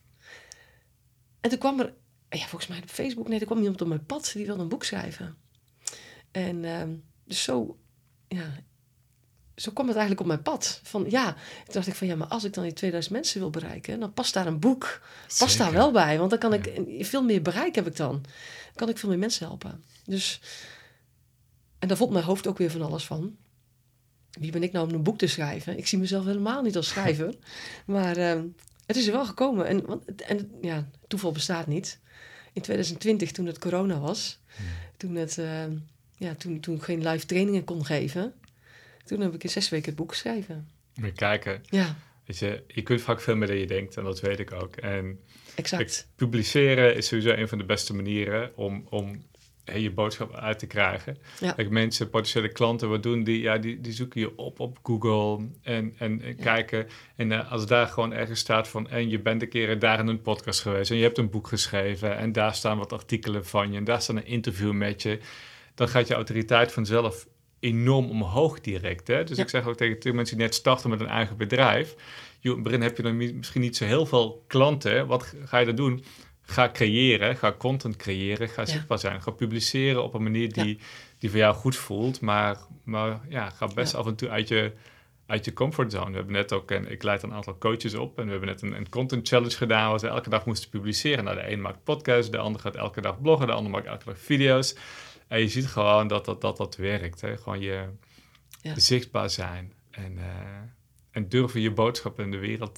Speaker 2: En toen kwam er, ja, volgens mij op Facebook, nee, er kwam iemand op mijn pad, die wilde een boek schrijven. En uh, dus zo, ja... Zo kwam het eigenlijk op mijn pad. Van, ja, toen dacht ik van ja, maar als ik dan die tweeduizend mensen wil bereiken, dan past daar een boek. Past Zeker. Daar wel bij, want dan kan ik ja. veel meer bereik heb ik dan. Dan kan ik veel meer mensen helpen. Dus, en daar vond mijn hoofd ook weer van alles van. Wie ben ik nou om een boek te schrijven? Ik zie mezelf helemaal niet als schrijver. maar uh, het is er wel gekomen. En, want, en ja, toeval bestaat niet. In twintig twintig, toen het corona was, ja. toen, het, uh, ja, toen, toen ik geen live trainingen kon geven, toen heb ik in zes weken het boek geschreven.
Speaker 1: Moet je kijken.
Speaker 2: Ja.
Speaker 1: Weet je, je kunt vaak veel meer dan je denkt. En dat weet ik ook. En
Speaker 2: exact.
Speaker 1: Publiceren is sowieso een van de beste manieren om, om hey, je boodschap uit te krijgen. Ja. Kijk, mensen, potentiële klanten, wat doen die? Ja, die, die zoeken je op op Google en, en, en ja. kijken. En uh, als daar gewoon ergens staat van, en je bent een keer daar in een podcast geweest en je hebt een boek geschreven en daar staan wat artikelen van je en daar staat een interview met je, dan gaat je autoriteit vanzelf enorm omhoog direct. Hè? Dus ja. ik zeg ook tegen mensen die net starten met een eigen bedrijf, joh, in het begin heb je dan misschien niet zo heel veel klanten. Wat ga je dan doen? Ga creëren, ga content creëren, ga ja. zichtbaar zijn. Ga publiceren op een manier die, ja. die voor jou goed voelt. Maar, maar ja, ga best ja. af en toe uit je, uit je comfortzone. We hebben net ook, en ik leid een aantal coaches op, en we hebben net een, een content challenge gedaan waar ze elke dag moesten publiceren. Nou, de een maakt podcast, de ander gaat elke dag bloggen, de ander maakt elke dag video's. En je ziet gewoon dat dat, dat, dat werkt. Hè? Gewoon je ja. zichtbaar zijn en, uh, en durven je boodschap in de wereld te,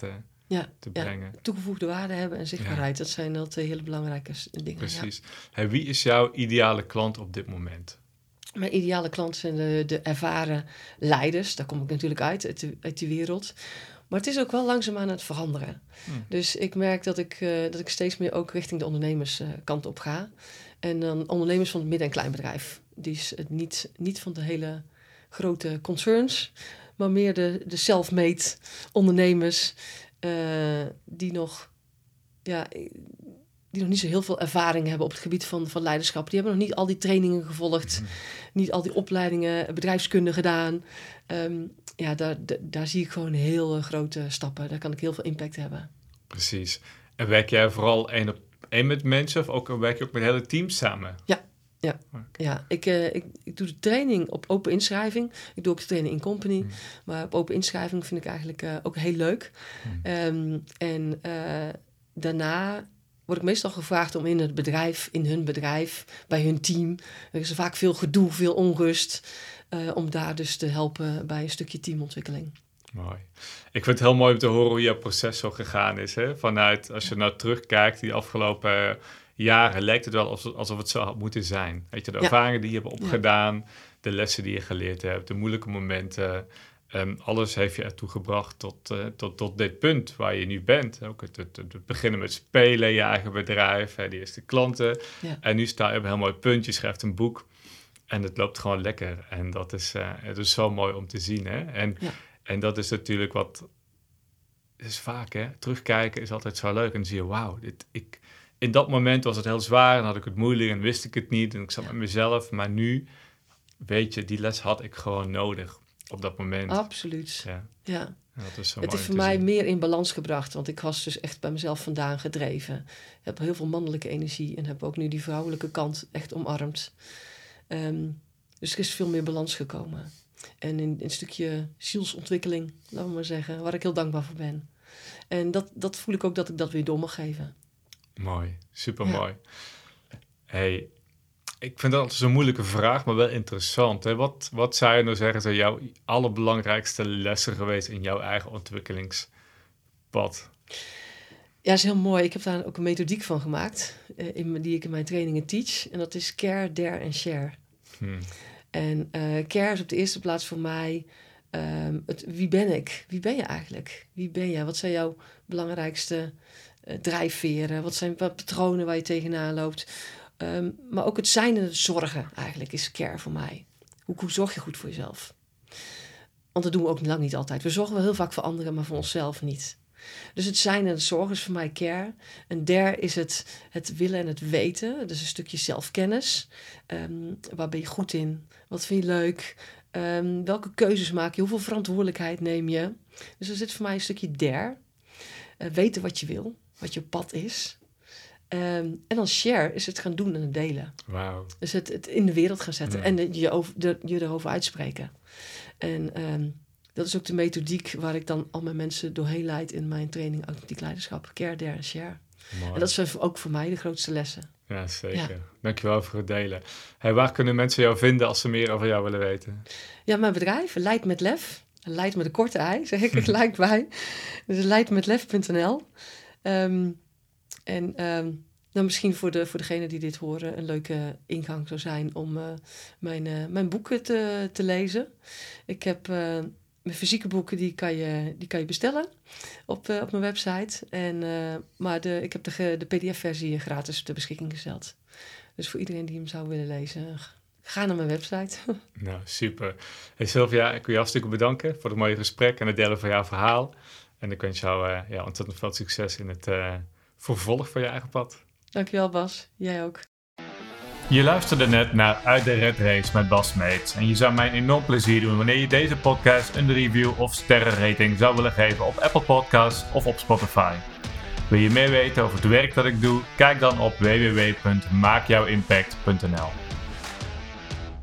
Speaker 2: ja,
Speaker 1: te
Speaker 2: ja.
Speaker 1: brengen.
Speaker 2: Toegevoegde waarde hebben en zichtbaarheid.
Speaker 1: Ja.
Speaker 2: Dat zijn wel twee hele belangrijke dingen.
Speaker 1: Precies.
Speaker 2: Ja.
Speaker 1: Hey, wie is jouw ideale klant op dit moment?
Speaker 2: Mijn ideale klanten zijn de, de ervaren leiders. Daar kom ik natuurlijk uit, uit, de, uit die wereld. Maar het is ook wel langzaam aan het veranderen. Hmm. Dus ik merk dat ik, uh, dat ik steeds meer ook richting de ondernemerskant uh, op ga. En dan ondernemers van het midden- en kleinbedrijf. Dus het niet, niet van de hele grote concerns, maar meer de, de self-made ondernemers uh, die nog... Ja, die nog niet zo heel veel ervaring hebben op het gebied van, van leiderschap. Die hebben nog niet al die trainingen gevolgd. Mm. Niet al die opleidingen, bedrijfskunde gedaan. Um, ja, daar, d- daar zie ik gewoon heel uh, grote stappen. Daar kan ik heel veel impact hebben.
Speaker 1: Precies. En werk jij vooral één op één met mensen? Of ook, werk je ook met hele teams samen?
Speaker 2: Ja, ja. Okay. ja. Ik, uh, ik, ik doe de training op open inschrijving. Ik doe ook de training in company. Mm. Maar op open inschrijving vind ik eigenlijk uh, ook heel leuk. Mm. Um, en uh, daarna... word ik meestal gevraagd om in het bedrijf, in hun bedrijf, bij hun team. Er is vaak veel gedoe, veel onrust. Uh, om daar dus te helpen bij een stukje teamontwikkeling.
Speaker 1: Mooi. Ik vind het heel mooi om te horen hoe jouw proces zo gegaan is. Hè? Vanuit, als je nou terugkijkt, die afgelopen jaren, lijkt het wel alsof, alsof het zo had moeten zijn. Weet je, de ja. ervaringen die je hebt opgedaan, ja. de lessen die je geleerd hebt, de moeilijke momenten... Um, alles heeft je ertoe gebracht tot, uh, tot, tot dit punt waar je nu bent. Ook het, het, het beginnen met spelen, je eigen bedrijf, hè, die eerste klanten. Ja. En nu sta je op een heel mooi punt, je schrijft een boek en het loopt gewoon lekker. En dat is, uh, het is zo mooi om te zien. Hè? En, ja. en dat is natuurlijk wat... is vaak, hè? Terugkijken is altijd zo leuk. En dan zie je, wauw, dit, ik, in dat moment was het heel zwaar en had ik het moeilijk en wist ik het niet. En ik zat ja. met mezelf. Maar nu, weet je, die les had ik gewoon nodig. Op dat moment.
Speaker 2: Absoluut.
Speaker 1: Ja.
Speaker 2: ja.
Speaker 1: ja dat is zo
Speaker 2: het
Speaker 1: mooi
Speaker 2: heeft voor mij zien. meer in balans gebracht. Want ik was dus echt bij mezelf vandaan gedreven. Ik heb heel veel mannelijke energie. En heb ook nu die vrouwelijke kant echt omarmd. Um, dus er is veel meer balans gekomen. En in, in een stukje zielsontwikkeling, laten we maar zeggen. Waar ik heel dankbaar voor ben. En dat, dat voel ik ook dat ik dat weer door mag geven.
Speaker 1: Mooi. Super mooi. Ja. Hey... Ik vind dat altijd zo'n moeilijke vraag, maar wel interessant. Hè? Wat, wat zou je nou zeggen zijn jouw allerbelangrijkste lessen geweest in jouw eigen ontwikkelingspad?
Speaker 2: Ja, dat is heel mooi. Ik heb daar ook een methodiek van gemaakt, uh, in, die ik in mijn trainingen teach. En dat is care, dare en share. Hmm. En uh, care is op de eerste plaats voor mij, um, het, wie ben ik? Wie ben je eigenlijk? Wie ben je? Wat zijn jouw belangrijkste uh, drijfveren? Wat zijn wat patronen waar je tegenaan loopt? Um, maar ook het zijn en het zorgen eigenlijk is care voor mij. Hoe, hoe zorg je goed voor jezelf? Want dat doen we ook lang niet altijd. We zorgen wel heel vaak voor anderen, maar voor onszelf niet. Dus het zijn en het zorgen is voor mij care. En dare is het, het willen en het weten. Dus een stukje zelfkennis. Um, waar ben je goed in? Wat vind je leuk? Um, welke keuzes maak je? Hoeveel verantwoordelijkheid neem je? Dus er zit voor mij een stukje dare. Uh, weten wat je wil. Wat je pad is. Um, en dan share is het gaan doen en het delen.
Speaker 1: Wow.
Speaker 2: Dus het, het in de wereld gaan zetten mm. en de, je, over, de, je erover uitspreken. En um, dat is ook de methodiek waar ik dan al mijn mensen doorheen leid in mijn training Authentiek Leiderschap. Care, dare en share. Mooi. En dat zijn ook voor mij de grootste lessen.
Speaker 1: Ja, zeker. Ja. Dankjewel voor het delen. Hey, waar kunnen mensen jou vinden als ze meer over jou willen weten?
Speaker 2: Ja, mijn bedrijf, Leid met Lef. Leid met een korte ei, zeg ik gelijk bij. Dus leid met lef punt n l. Um, En um, nou misschien voor, de, voor degenen die dit horen een leuke ingang zou zijn om uh, mijn, uh, mijn boeken te, te lezen. Ik heb uh, mijn fysieke boeken, die kan je, die kan je bestellen op, uh, op mijn website. En, uh, maar de, ik heb de, de P D F-versie gratis ter beschikking gesteld. Dus voor iedereen die hem zou willen lezen, ga naar mijn website.
Speaker 1: Nou, super. Hey Sylvia, ik wil je hartstikke bedanken voor het mooie gesprek en het delen van jouw verhaal. En ik wens jou uh, ja, ontzettend veel succes in het... Uh, vervolg van je eigen pad.
Speaker 2: Dankjewel Bas, jij ook.
Speaker 1: Je luisterde net naar Uit de Red Race met Bas Smeets. En je zou mij een enorm plezier doen wanneer je deze podcast een review of sterrenrating zou willen geven op Apple Podcasts of op Spotify. Wil je meer weten over het werk dat ik doe? Kijk dan op w w w punt maak jou impact punt n l.